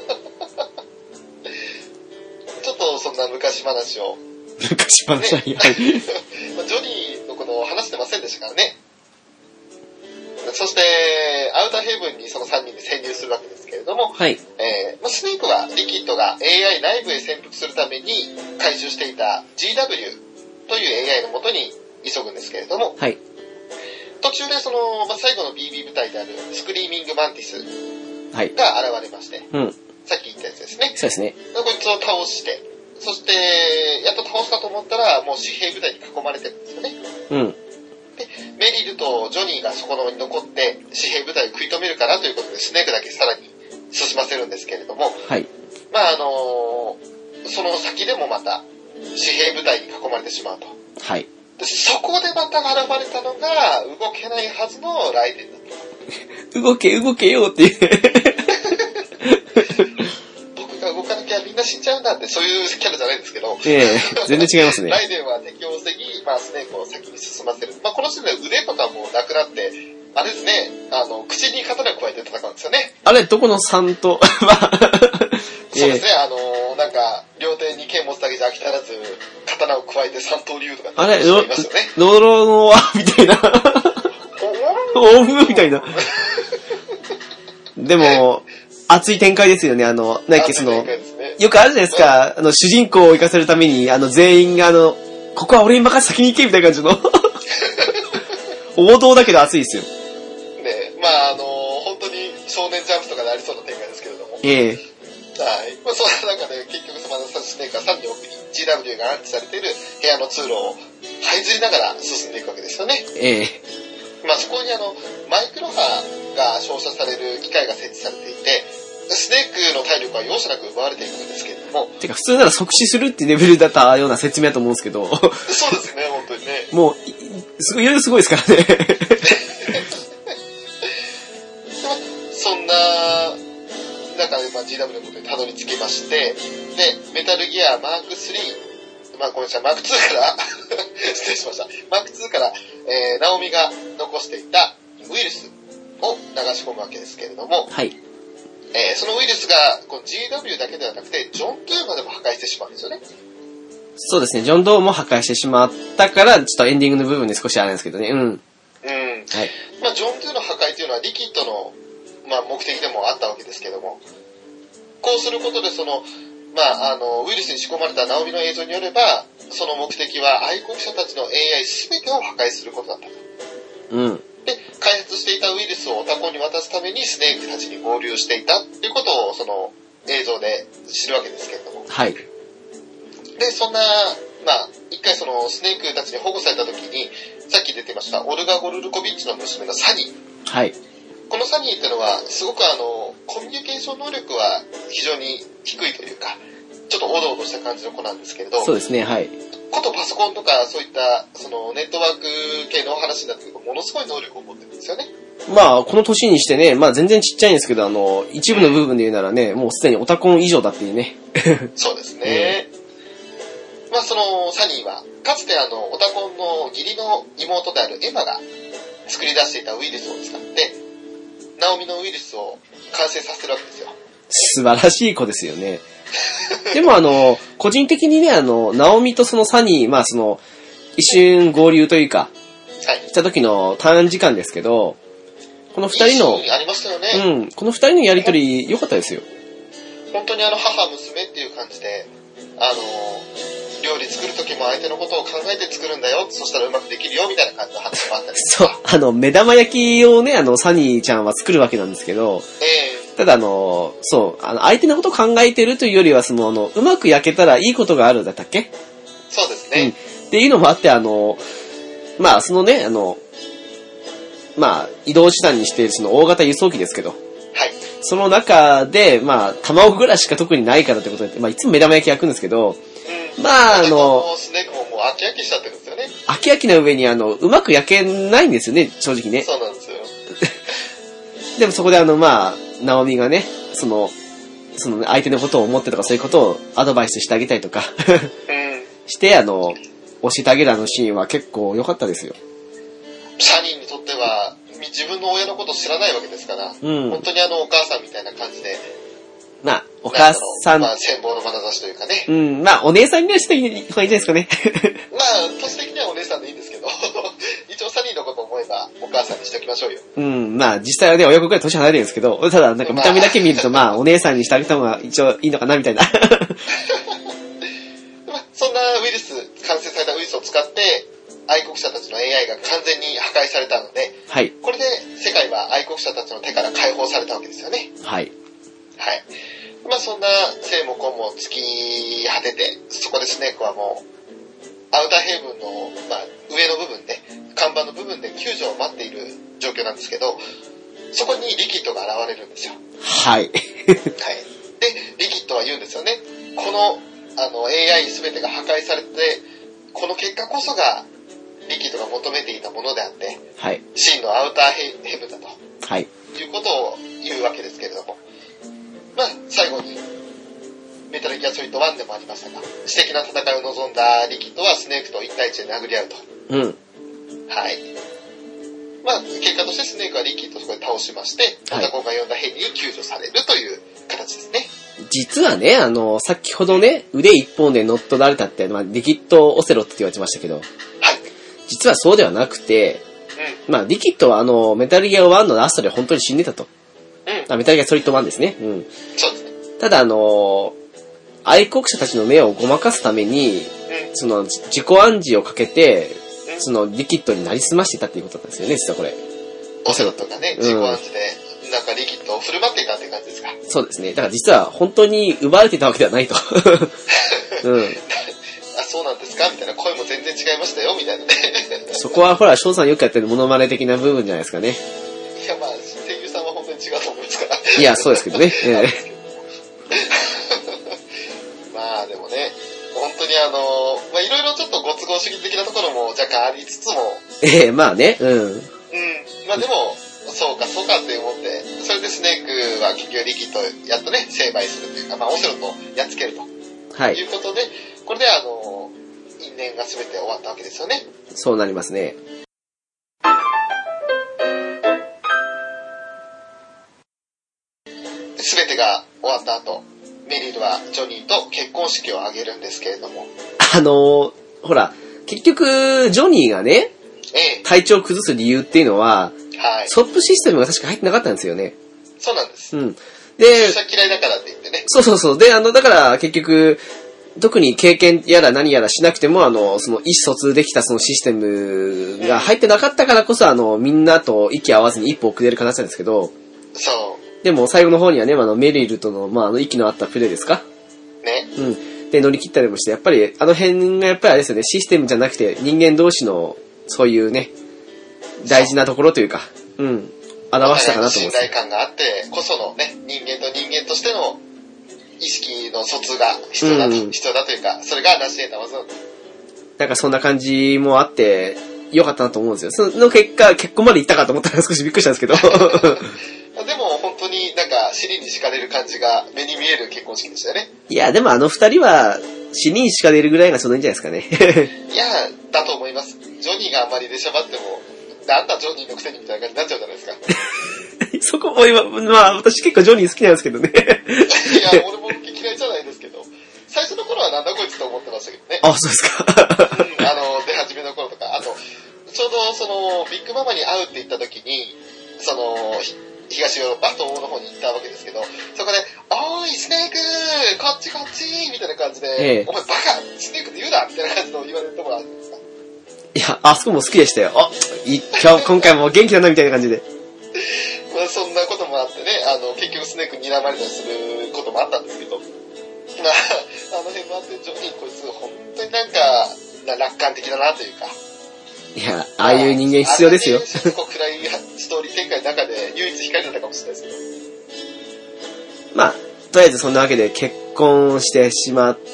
ちょっとそんな昔話を。
昔話は、ね、はい。
ジョニーのことを話してませんでしたからね。そして、アウターヘブンにそのさんにんで潜入するわけですけれども、
はい。
えー、スネークはリキッドが エーアイ 内部へ潜伏するために回収していた ジーダブリュー という エーアイ の元に急ぐんですけれども、
はい。
途中でその、まあ、最後の ビービー 部隊であるスクリーミングマンティスが現れまして、
うん。
さっき言ったやつですね。
そうですね。
こいつを倒して、そして、やっと倒したと思ったら、もう私兵部隊に囲まれてるんですよね。
うん。
で、メリルとジョニーがそこに残って、私兵部隊を食い止めるからということで、スネークだけさらに進ませるんですけれども、
はい。
まああのー、その先でもまた、私兵部隊に囲まれてしまうと。
はい。
でそこでまた現れたのが、動けないはずのライデンだった。
動け、動けよっていう。
僕が動かなきゃみんな死んじゃうんだって、そういうキャラじゃないんですけど。
ええ、全然違いますね。
ライデンは敵を防ぎ、まあ、スネークを先に進ませる。まあ、この時点で腕とかもなくなって、あれですね、あの、口に刀を加えて戦うんですよね。
あれ、どこのさんと、
そうですね、あの、なんか、両手に剣持つだけじゃ飽き足らず、刀を加えて三刀流とかって
あれ、
言いますよね。
ノロノワみたいな。オフみたいな。でも、熱い展開ですよね、あの、なんかその、ね、よくあるじゃないですか、あの、主人公を生かせるために、あの、全員があの、ここは俺に任せ先に行けみたいな感じの。王道だけど熱いですよ。
ね、まああの、本当に少年ジャンプとかでありそうな展開ですけれども。
ええ。
はい。まあ、その中で結局そのスネークはさんにん送り、ジーダブリュー が安置されている部屋の通路を這いずりながら進んでいくわけですよね。
ええ。
まあそこにあの、マイクロ波が照射される機械が設置されていて、スネークの体力は容赦なく奪われていくんですけれども。
てか普通なら即死するってレベルだったような説明だと思うんですけど。
そうですね、本当にね。
もう、すごい、いろいろすごいですからね。
そんな、中で、まあ、ジーダブリュー のことにたどり着きまして、で、メタルギアマークスリー、まあ、ごめんなさい、マークツーから、失礼しました。マークツーから、えー、ナオミが残していたウイルスを流し込むわけですけれども、
はい。
えー、そのウイルスが、この ジーダブリュー だけではなくて、ジョン・ドゥーまでも破壊してしまうんですよね。
そうですね、ジョン・ドーも破壊してしまったから、ちょっとエンディングの部分で少しあれなんですけどね、うん。うん。
はい。まあ、ジョン・ドゥーの破壊というのは、リキッドの、まあ、目的でもあったわけですけども、こうすることで、その、まあ、あの、ウイルスに仕込まれたナオミの映像によれば、その目的は愛国者たちの エーアイ 全てを破壊することだったと。
うん。
で、開発していたウイルスをオタコに渡すためにスネークたちに合流していたっていうことを、その、 映像で知るわけですけれども。
はい。
で、そんな、まあ、一回そのスネークたちに保護された時に、さっき出てましたオルガ・ゴルルコビッチの娘のサニー。
はい。
このサニーってのは、すごくあの、コミュニケーション能力は非常に低いというか、ちょっとおどおどした感じの子なんですけれど、
そうですね、はい。
ことパソコンとかそういったそのネットワーク系の話になってくると、ものすごい能力を持ってるんですよね。
まあ、この年にしてね、まあ全然ちっちゃいんですけど、あの、一部の部分で言うならね、もうすでにオタコン以上だっていうね。
そうですね。うん、まあそのサニーは、かつてあの、オタコンの義理の妹であるエマが作り出していたウイルスを使って、ナオミのウイルスを完成させるわけですよ。
素晴らしい子ですよね。でもあの、個人的にね、あの、ナオミとそのサニー、まあその、一瞬合流というか、はい。した時の短時間ですけど、この二人の、
ありましたよね。
うん、この二人のやりとり良かったですよ。
本当にあの、母、娘っていう感じで、あの、料理作る時も相手のことを考えて作るんだよ、そしたらうまくできるよ、みたいな感じの話もあったり
そう、あの、目玉焼きをね、あの、サニーちゃんは作るわけなんですけど、えー、ただあの、そう、あの、相手のことを考えてるというよりは、その、あの、うまく焼けたらいいことがあるだったっけ？
そうですね。うん。
っていうのもあって、あの、まあ、そのね、あの、まあ、移動手段にしているその大型輸送機ですけど、はい。その中で、まあ、卵ぐらいしか特にないからってことで、まあ、いつも目玉焼き焼くんですけど、うん、まあ、あの、
スネークももう飽き飽きしちゃってるんですよね。
飽き飽きな上に、あの、うまく焼けないんですよね、正直ね。
そうなんですよ。
でもそこであの、まあ、ナオミがね、その、その相手のことを思ってとかそういうことをアドバイスしてあげたりとか、うん、して、あの、教えてあげるあのシーンは結構良かったですよ。
サニーにとっては、自分の親のことを知らないわけですから、うん、本当にあのお母さんみたいな感じで、
まあ、お母さん、
まあ、羨望の眼差しというかね。
うん、まあ、お姉さんにはしていいんじゃないですかね。
まあ、年的にはお姉さんでいいんですけど、一応サニーのことを思えばお母さんにしておきましょうよ。
うん、まあ、実際はね、親子くらい年離れてるんですけど、ただ、なんか見た目だけ見ると、まあ、お姉さんにしてあげた方が一応いいのかな、みたいな。
まあ、そんなウイルス、完成されたウイルスを使って、愛国者たちの エーアイ が完全に破壊されたので、はい、これで世界は愛国者たちの手から解放されたわけですよね。
はい。
はい。まあそんな生も根も尽き果てて、そこでスネークはもう、アウターヘイブンの、まあ、上の部分で、看板の部分で救助を待っている状況なんですけど、そこにリキッドが現れるんですよ。
はい。はい。
で、リキッドは言うんですよね。この、あの、エーアイ 全てが破壊されて、この結果こそが、リキッドが求めていたものであって、はい、真のアウターヘイブンだと、はい、いうことを言うわけですけれども、まあ、最後に、メタルギアソリッドワンでもありましたが、素敵な戦いを望んだリキッドはスネークと一対一で殴り合うと。うん。はい。まあ、結果としてスネークはリキッドをそこで倒しまして、オタコンが呼んだヘリに救助されるという形ですね。
実はね、あの、先ほどね、腕一本で乗っ取られたって、まあ、リキッドオセロって言われてましたけど、はい。実はそうではなくて、うん、まあ、リキッドはあの、メタルギアワンのラストで本当に死んでたと。うん。あ、メタルギアソリッドワンですね。うん。
そうですね。
ただあの、愛国者たちの目をごまかすために、うん、その、自己暗示をかけて、うん、その、リキッドになりすましていたっていうことなんですよね、実はこれ。
オセロットがね、自己暗示で、なんかリキッドを振る舞っていたっていう感じですか。
そうですね。だから実は本当に奪われていたわけではないと。うん。
あ、そうなんですかみたいな、声も全然違いましたよみたいなね。
そこはほら、翔さんよくやってるモノマネ的な部分じゃないですかね。
いや、まあ、声優さんは本当に違うと思いますから。
いや、そうですけどね。
まあ、でもね、本当にあの、まあ、いろいろちょっとご都合主義的なところも若干ありつつも。
ええー、まあね、うん。うん。
まあでも、そうか、そうかって思って、それでスネークは結局リキッドをやっとね、成敗するというか、まあ、オセロとやっつけると。はい。いうことで、これであの、因縁が全て終わったわけですよね。
そうなりますね。
全てが終わった後、メリルはジョニーと結婚式を挙げるんですけれども。
あのー、ほら、結局、ジョニーがね、ええ、体調を崩す理由っていうのは、はい、ソップシステムが確か入ってなかったんですよね。
そうなんです。
うん。
で、注射嫌いだからって言ってね。
そうそうそう。で、あの、だから結局、特に経験やら何やらしなくても、あの、その意思疎通できたそのシステムが入ってなかったからこそ、あの、みんなと息合わずに一歩遅れる形なんですけど、
そ
でも最後の方にはね、あのメリルとの、まあ、あの息の合ったプレーですか
ね。
うん。で、乗り切ったりもして、やっぱり、あの辺がやっぱりあれですよね、システムじゃなくて人間同士の、そういうね、大事なところというか、うん、表したかなと思います。
信頼感があってこそのね、人間と人間としての意識の疎通が必要だと、うん、必要だというか、それが成し得た技。
なんかそんな感じもあって、良かったなと思うんですよ。その結果、結婚まで行ったかと思ったら少しびっくりしたんですけど。
でも本当になんか尻に敷かれる感じが目に見える結婚式でしたよね。
いや、でもあの二人は尻に敷かれるぐらいがちょうどいいんじゃないですかね。
いや、だと思います。ジョニーがあんまり出しゃばっても、あんたジョニーのくせにみたいな感じになっちゃうじゃないですか。
そこも今、まあ私結構ジョニー好きなんですけどね。
いや、俺も嫌いじゃないですけど、最初の頃はなんだこいつと思ってましたけどね。
あ、そうですか。
うん、あの、出始めの頃とか、あと、ちょうどその、ビッグママに会うって言った時に、その、東ヨーロッパ、東欧の方に行ったわけですけど、そこで、おーい、スネークこっちこっちみたいな感じで、ええ、お前バカスネークって言うなみたいな感じの言われるところあるんですか？
いや、あそこも好きでしたよ。あ、今日、今回も元気だなみたいな感じで。
まあそんなこともあってね、あの、結局スネークに睨まれたりすることもあったんですけど、まあ、あの辺もあって、ジョニーこいつ、本当になんか、楽観的だなというか。
いや、ああいう人間必要ですよ。
すごく暗いストーリー展開の中で唯一光だったかもしれないですけど。
まあ、とりあえずそんなわけで結婚してしまって。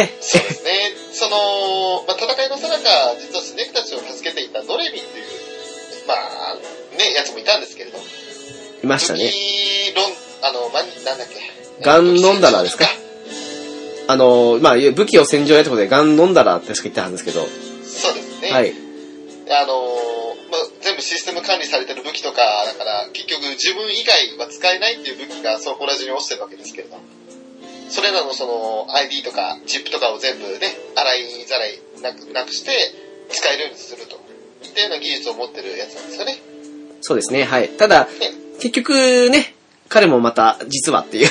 そうですね。その、まあ、戦いのさなか、実はスネークたちを助けていたドレミンという、まあ、ね、やつもいたんですけれど。
いましたね。
武器論、あの、ま、なんだっけ。
ガンノンダラーですか？あの、まあ、武器を戦場やってことでガンノンダラーって確か言ったはずですけど。
そうですね。
はい。
あの、まあ、全部システム管理されてる武器とか、だから、結局自分以外は使えないっていう武器がそこら中に落ちてるわけですけれど。それらのその アイディー とかチップとかを全部ね、洗いざらいなく、なくして使えるようにするといったような技術を持ってるやつなんですよね。
そうですね、はい。ただ、ね、結局ね、彼もまた実はっていう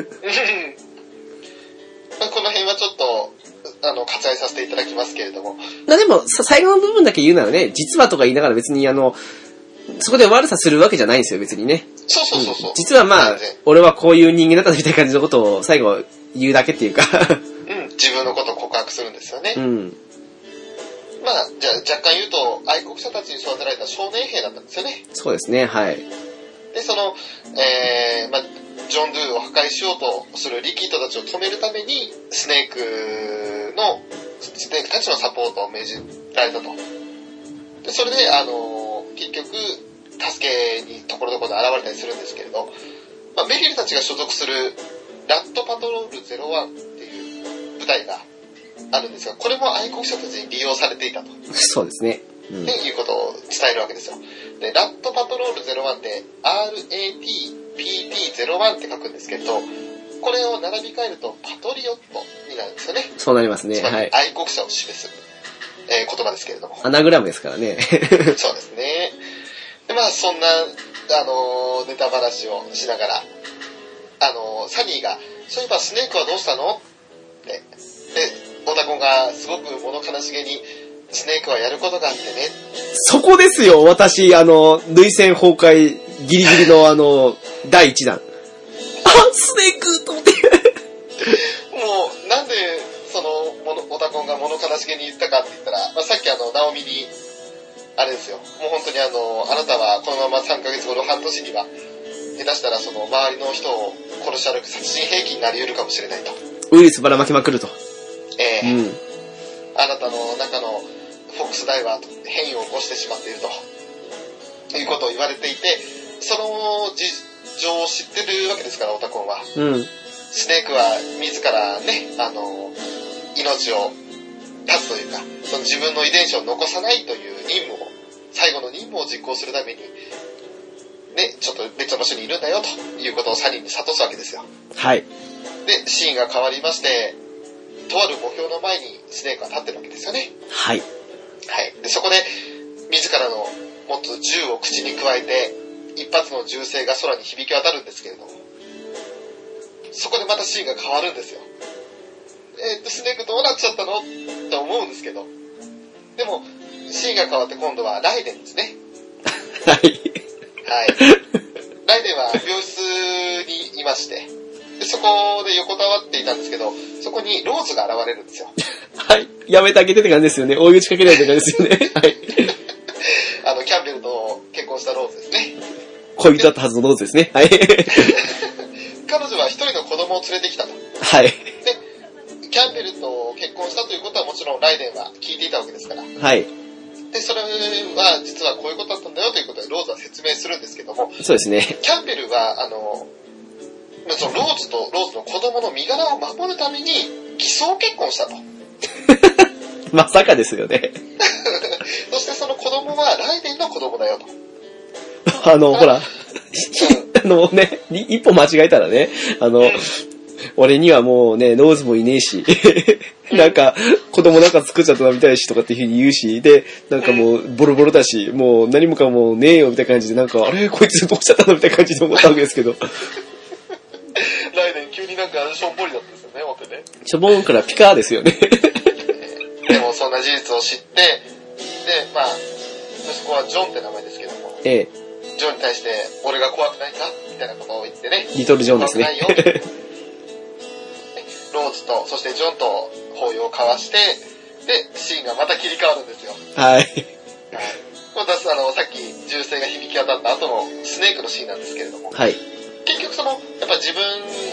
まあこの辺はちょっと、あの、割愛させていただきますけれども。
まあでも、最後の部分だけ言うならね、実はとか言いながら別にあの、そこで悪さするわけじゃないんですよ、別にね。
そうそうそうそう、うん。
実はまあ、俺はこういう人間だったみたいな感じのことを最後言うだけっていうか
うん、自分のことを告白するんですよね。
うん。
まあ、じゃあ若干言うと、愛国者たちに育てられた少年兵だったんですよね。
そうですね、はい。
で、その、えー、まあ、ジョン・ドゥを破壊しようとするリキッドたちを止めるために、スネークの、スネークたちのサポートを命じられたと。で、それで、あの、結局、助けにところどころで現れたりするんですけれど、まあ、メリルたちが所属する、ラットパトロールゼロワンっていう部隊があるんですが、これも愛国者たちに利用されていたと。
そうですね。
うん、っていうことを伝えるわけですよ。で、ラットパトロールゼロワンって アールエーティーピーティーゼロワン って書くんですけれど、これを並び替えるとパトリオットになるんですよね。
そうなりますね。
つまり愛国者を示す、えー、言葉ですけれども。
アナグラムですからね。
そうですね。で、まあそんな、あのー、ネタ話をしながら、あのー、サニーが、そういえばスネークはどうしたのって。で、オタコンがすごく物悲しげに、スネークはやることがあってね。
そこですよ、私、あの、涙腺崩壊ギリギリのあの、だいいちだん。あ、スネークと思って。
もう、なんで、その、オタコンが物悲しげに言ったかって言ったら、まあ、さっきあの、ナオミに、あれですよ、もう本当にあの、あなたはこのままさんかげつごの半年には、下手したらその、周りの人を殺し歩く殺人兵器になり得るかもしれないと。
ウイルスばらまきまくると。
ええー。うん。あなたの中の、フォックスダイは変異を起こしてしまっているということを言われていて、その事情を知ってるわけですから、オタコンは。
うん。
スネークは自らね、あの、命を絶つというか、その自分の遺伝子を残さないという任務を、最後の任務を実行するために、ね、ちょっと別の場所にいるんだよということをサニーに諭すわけですよ。
はい。
で、シーンが変わりまして、とある目標の前にスネークは立ってるわけですよね。
はい。
はい。で、そこで、自らの持つ銃を口に加えて、一発の銃声が空に響き渡るんですけれども、そこでまたシーンが変わるんですよ。えー、っと、スネークどうなっちゃったのって思うんですけど、でも、シーンが変わって今度はライデンですね。
はい。
はい。ライデンは病室いまして、でそこで横たわっていたんですけど、そこにローズが現れるんですよ。
はい。やめてあげてって感じですよね。追い打ちかけないって感じですよね。はい。
あの、キャンベルと結婚したローズですね。
恋人だったはずのローズですね。はい。
彼女は一人の子供を連れてきたと。
はい。で、
キャンベルと結婚したということはもちろんライデンは聞いていたわけですから。
はい。
で、それは実はこういうことだったんだよということでローズは説明するんですけども。
そうですね。
キャンベルは、あの、そのローズとローズの子供の身柄を守るために偽装結婚したと。
まさかですよね。
そしてその子供はライデンの子供だよと。
あの、ほら、あのね、一歩間違えたらね、あの、うん、俺にはもうね、ローズもいねえし、なんか、子供なんか作っちゃったみたいしとかっていうふうに言うし、で、なんかもう、ボロボロだし、もう何もかもねえよみたいな感じで、なんか、あれこいつどうしちゃったのみたいな感じで思ったわけですけど。
ライデン急になんかしょんぼりだったんですよね、思ってね。
しょぼんからピカーですよね。
でもそんな事実を知って、で、まあ、息子はジョンって名前ですけども、
ええ、
ジョンに対して、俺が怖くないかみたいなことを言ってね。
リトルジョンですね。
怖くないよ。ローズと、そしてジョンと抱擁を交わして、で、シーンがまた切り替わるんですよ。
はい。はい。
私、あの、さっき銃声が響き渡った後のスネークのシーンなんですけれども、
はい。
結局その、やっぱ自分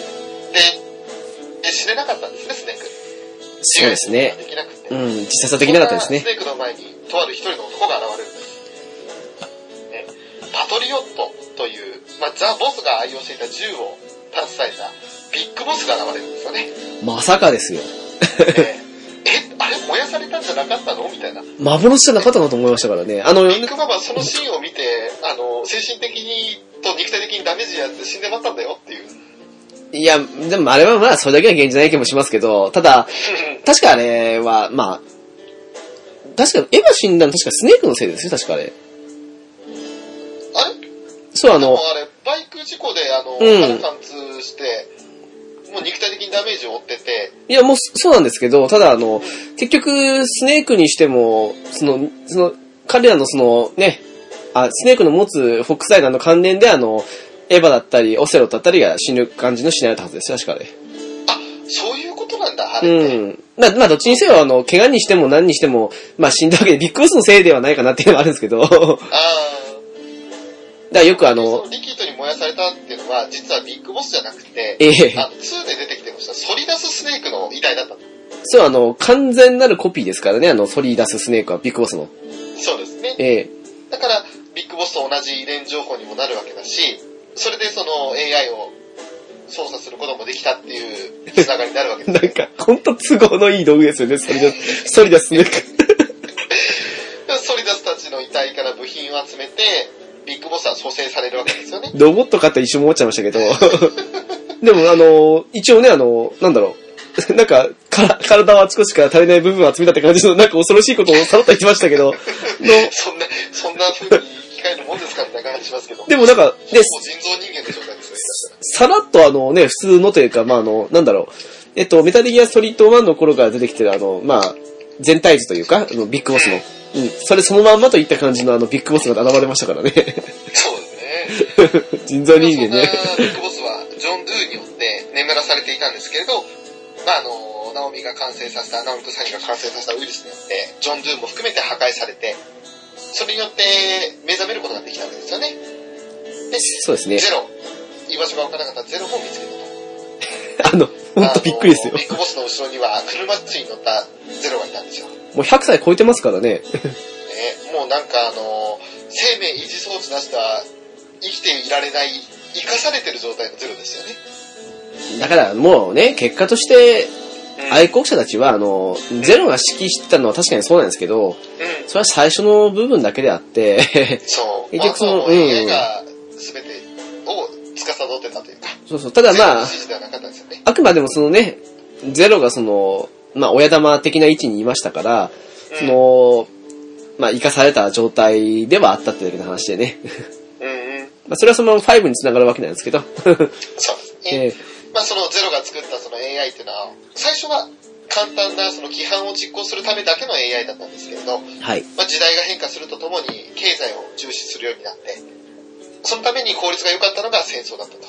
で死ねなかったんですね、スネーク。
そうですね。
できなくて。
うん、自殺はできなかったですね。
スネークの前に、とある一人の男が現れるんです。ね、パトリオットという、まあ、ザ・ボスが愛用していた銃を携えたビッグボスが現れるんですよね。
まさかですよ。
ええ、あれ燃やされたんじゃなかったのみたいな。
幻じゃなかったなと思いましたからね。あの、
ビッグママはそのシーンを見て、あの、精神的にと肉体的にダメージやって死んでまったんだよっていう。
いや、でもあれはまあそれだけは現実ない気もしますけど、ただ、確かあれは、まあ、確かエヴァ死んだの確かスネークのせいですよ、確かあれ。
あれ
そう、あの、
あれ、バイク事故で、あの、うん、腹貫通して、もう肉体的にダメージを負ってて。
いや、もうそうなんですけど、ただあの、結局、スネークにしても、その、その、彼らのその、ね、あ、スネークの持つフォックスアイランドの関連であの、エヴァだったり、オセロだったりが死ぬ感じの死なれたはずですよ、確かね。
あ、そういうことなんだ、あれって。うん。
まあ、まあ、どっちにせよ、あの、怪我にしても何にしても、まあ死んだわけで、ビッグボスのせいではないかなっていうのはあるんですけど。ああ。だからよくあの、
リキッドに燃やされたっていうのは、実はビッグボスじゃなくて、
ええー、
あの、ツーで出てきてました、ソリダススネークの遺体だったの。
そう、あの、完全なるコピーですからね、あの、ソリダススネークはビッグボスの。
そうですね。
ええ
ー。だから、ビッグボスと同じ遺伝情報にもなるわけだし、それでその エーアイ を操作することもできたっていうつながりになるわけです、ね。
なんか、ほんと都合のいい道具ですよね、ソリダス、ソリダススネーク。
ソリダスたちの遺体から部品を集めて、ビッグボスは蘇生されるわけですよね。
ロボットかって一瞬思っちゃいましたけど。でも、あの、一応ね、あの、なんだろう。なんか、か体をあちこちから足りない部分を集めたって感じの、なんか恐ろしいことをさらっと言ってましたけど。の
そんな、そんな風に機械のもんですかみたいな感じしますけど。
でもなんか、
で、人造人間の状態ですね。
さらっとあのね、普通のというか、まああの、なんだろう。えっと、メタルギアソリッドワンの頃から出てきてるあの、まあ、全体図というか、あの、ビッグボスの。うん、それそのまんまといった感じのあのビッグボスが現れましたからね。
そうですね。
人造人間ね。
そんなビッグボスはジョン・ドゥによって眠らされていたんですけれど、まああの、ナオミが完成させた、ナオミとサニが完成させたウイルスによって、ジョン・ドゥも含めて破壊されて、それによって目覚めることができたわけですよね。で、
そうですね。
ゼロ。居場所が分からなかったゼロも見つけたと。
あの、ほんとびっくりですよ。
ビッグボスの後ろには車椅子に乗ったゼロがいたんですよ。
もうひゃくさい超えてますからね。ね、
もうなんかあの、生命維持装置なしでは生きていられない、生かされてる状態のゼロですよね。
だからもうね、結果として、愛国者たちは、あの、ゼロが指揮してたのは確かにそうなんですけど、うん、それは最初の部分だけであって、
そう。
結局その、
うん。エーアイが全てを司ってたというか。
そうそう。ただまあ、
ね、
あくまでもそのね、ゼロがその、まあ、親玉的な位置にいましたから、うん、その、まあ、生かされた状態ではあったってだけの話でね。
うんうん。
まあ、それはそのままごにつながるわけなんですけど。
そうですね。えー、まあ、そのゼロが作ったその エーアイ っていうのは、最初は簡単なその規範を実行するためだけの エーアイ だったんですけれど、
はい。
まあ、時代が変化するとともに経済を重視するようになって、そのために効率が良かったのが戦争だったと。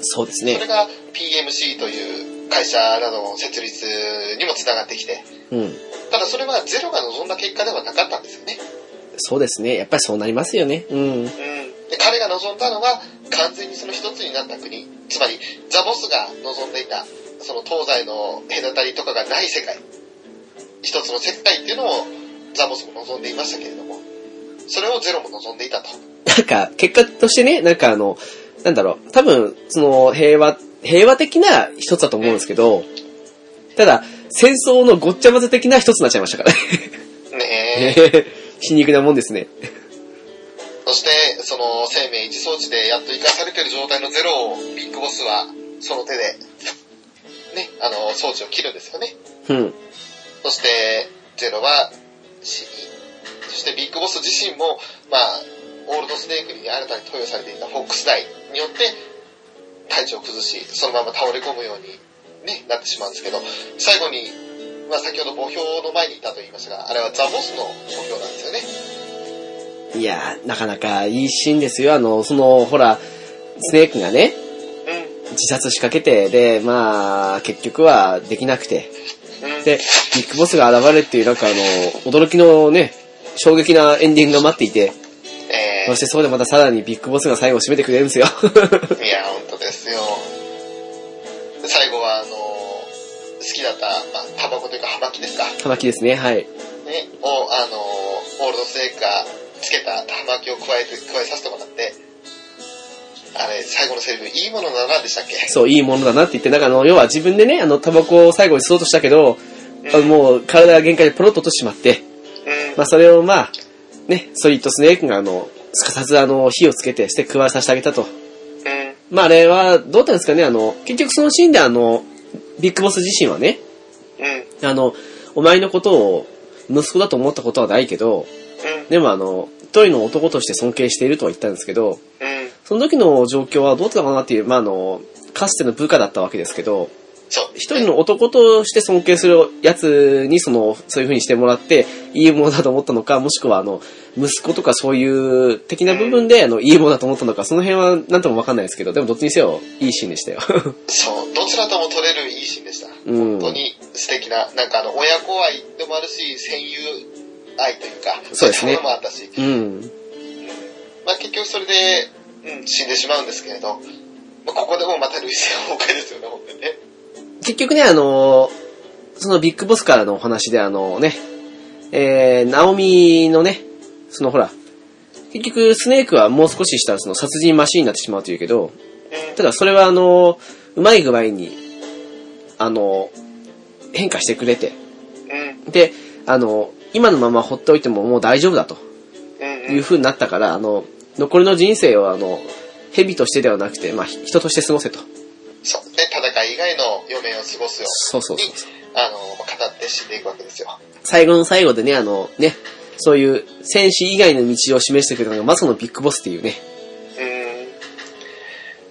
そうですね。
それが ピーエムシー という会社などの設立にもつながってきて、うん、ただそれはゼロが望んだ結果ではなかったんですよね。
そうですね。やっぱりそうなりますよね。うん。うん、
で彼が望んだのは完全にその一つになった国、つまりザボスが望んでいたその東西の隔たりとかがない世界、一つの世界っていうのをザボスも望んでいましたけれども、それをゼロも望んでいたと。
なんか結果としてね、なんかあのなんだろう、多分その平和平和的な一つだと思うんですけど、うん、ただ戦争のごっちゃ混ぜ的な一つになっちゃいましたからね。
ねえ。
皮肉なもんですね。
そしてその生命維持装置でやっと生かされている状態のゼロをビッグボスはその手でね、あの装置を切るんですよね。うん。そしてゼロは死に、そしてビッグボス自身もまあオールドスネークに新たに投与されていたフォックスダイによって体調を崩し、そのまま倒れ込むように、ね、なってしまうんですけど、最後に、まあ、先ほど墓標の前にいたと言いましたが、あれはザボスの墓標なんですよね。
いやー、なかなかいいシーンですよ。あの、その、ほら、スネークがね、うん、自殺仕掛けて、で、まあ、結局はできなくて、うん、で、ビッグボスが現れるっていう、なんかあの、驚きのね、衝撃なエンディングが待っていて、えー、そしてそこでまたさらにビッグボスが最後を締めてくれるんですよ。
いや、本当ですよ。最後は、あの、好きだった、まあ、タバコというか、葉巻ですか。
葉巻ですね、はい。ね、
を、あの、オールドスネークがつけた葉巻を加えて、加えさせてもらって、あれ、最後のセリフ、いいものだなでしたっけ？
そう、いいものだなって言って、なんかあの、要は自分でね、あの、タバコを最後に吸おうとしたけど、うん、もう体が限界でポロッと落としてしまって、うん、まあそれをまあ、ね、ソリッドスネークがあの、すかさずあの、火をつけて、して加えさせてあげたと。うん、まああれは、どうだったんですかね、あの、結局そのシーンであの、ビッグボス自身はね、うん、あの、お前のことを息子だと思ったことはないけど、うん、でもあの、一人の男として尊敬しているとは言ったんですけど、うん、その時の状況はどうだったかなっていう、まああの、かつての部下だったわけですけど、一人の男として尊敬するやつにその、そういう風にしてもらって、いいものだと思ったのか、もしくはあの、息子とかそういう的な部分で、あの、いいものだと思ったのか、その辺は何ともわかんないですけど、でもどっちにせよ、いいシーンでしたよ。
そう、どちらとも撮れるいいシーンでした。うん、本当に素敵な、なんかあの、親子愛でもあるし、戦友愛というか、
そうですね。
そういうものもあったし、うん。うん、まあ結局それで、うん、死んでしまうんですけれど、まあ、ここでもまた類性崩壊ですよね、本当にね。
結局ね、あのー、そのビッグボスからのお話で、あのね、えー、ナオミのね、そのほら、結局スネークはもう少ししたらその殺人マシーンになってしまうというけど、ただそれはあの、うまい具合に、あの、変化してくれて、で、あの、今のまま放っておいてももう大丈夫だという風になったから、あの、残りの人生をあの、蛇としてではなくて、まあ、人として過ごせと。
そうね、戦い以外の余命を過ごすように、そうそうそうそう、あの、語って死んでいくわけですよ。
最後の最後でね、あの、ね、そういう戦士以外の道を示してくれたのが、まさのビッグボスっていうね。
うん。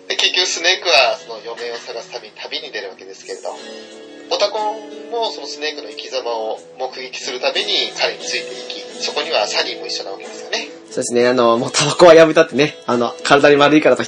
で、結局スネークはその余命を探す旅に旅に出るわけですけれど、オタコンもそのスネークの生き様を目撃するたびに彼についていき、そこにはサニーも一緒なわけですよね。
そうですね、あの、もうタバコはやめたってね、あの、体に悪いからと言って。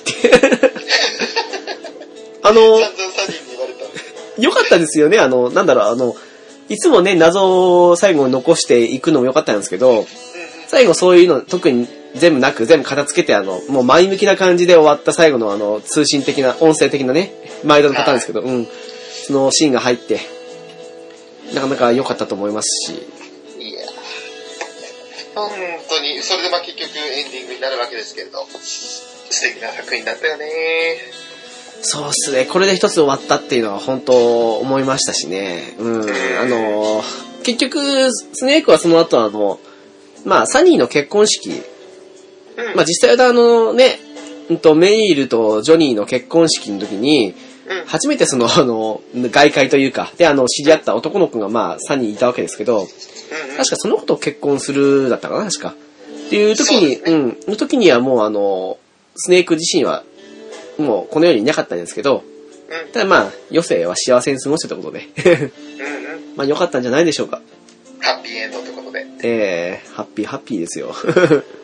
あの、
散々サニーに言われた。
よかったですよね、あの、なんだろう、あの、いつもね、謎を最後に残していくのもよかったんですけど、うん、最後そういうの特に全部なく、全部片付けて、あの、もう前向きな感じで終わった最後のあの、通信的な、音声的なね、毎度のパターンですけど、はい、うん。そのシーンが入って、なかなか良かったと思いますし。
いや本当に、それでまあ結局エンディングになるわけですけれど、素敵な作品だったよね。
そうっすね。これで一つ終わったっていうのは本当思いましたしね。うん。あの、結局、スネークはその後あの、まあ、サニーの結婚式。うん、まあ、実際はあのね、うんと、メイルとジョニーの結婚式の時に、うん、初めてその、あの、外界というか、で、あの、知り合った男の子がまあ、サニーいたわけですけど、うんうん、確かその子と結婚するだったかな、確か。っていう時に、うね、うん、の時にはもうあの、スネーク自身は、もうこの世にいなかったんですけど、うん、ただまあ余生は幸せに過ごしてたことでうん、うん、まあ良かったんじゃないでしょうか。
ハッピーエンドってことで。
ええー、ハッピーハッピーですよ。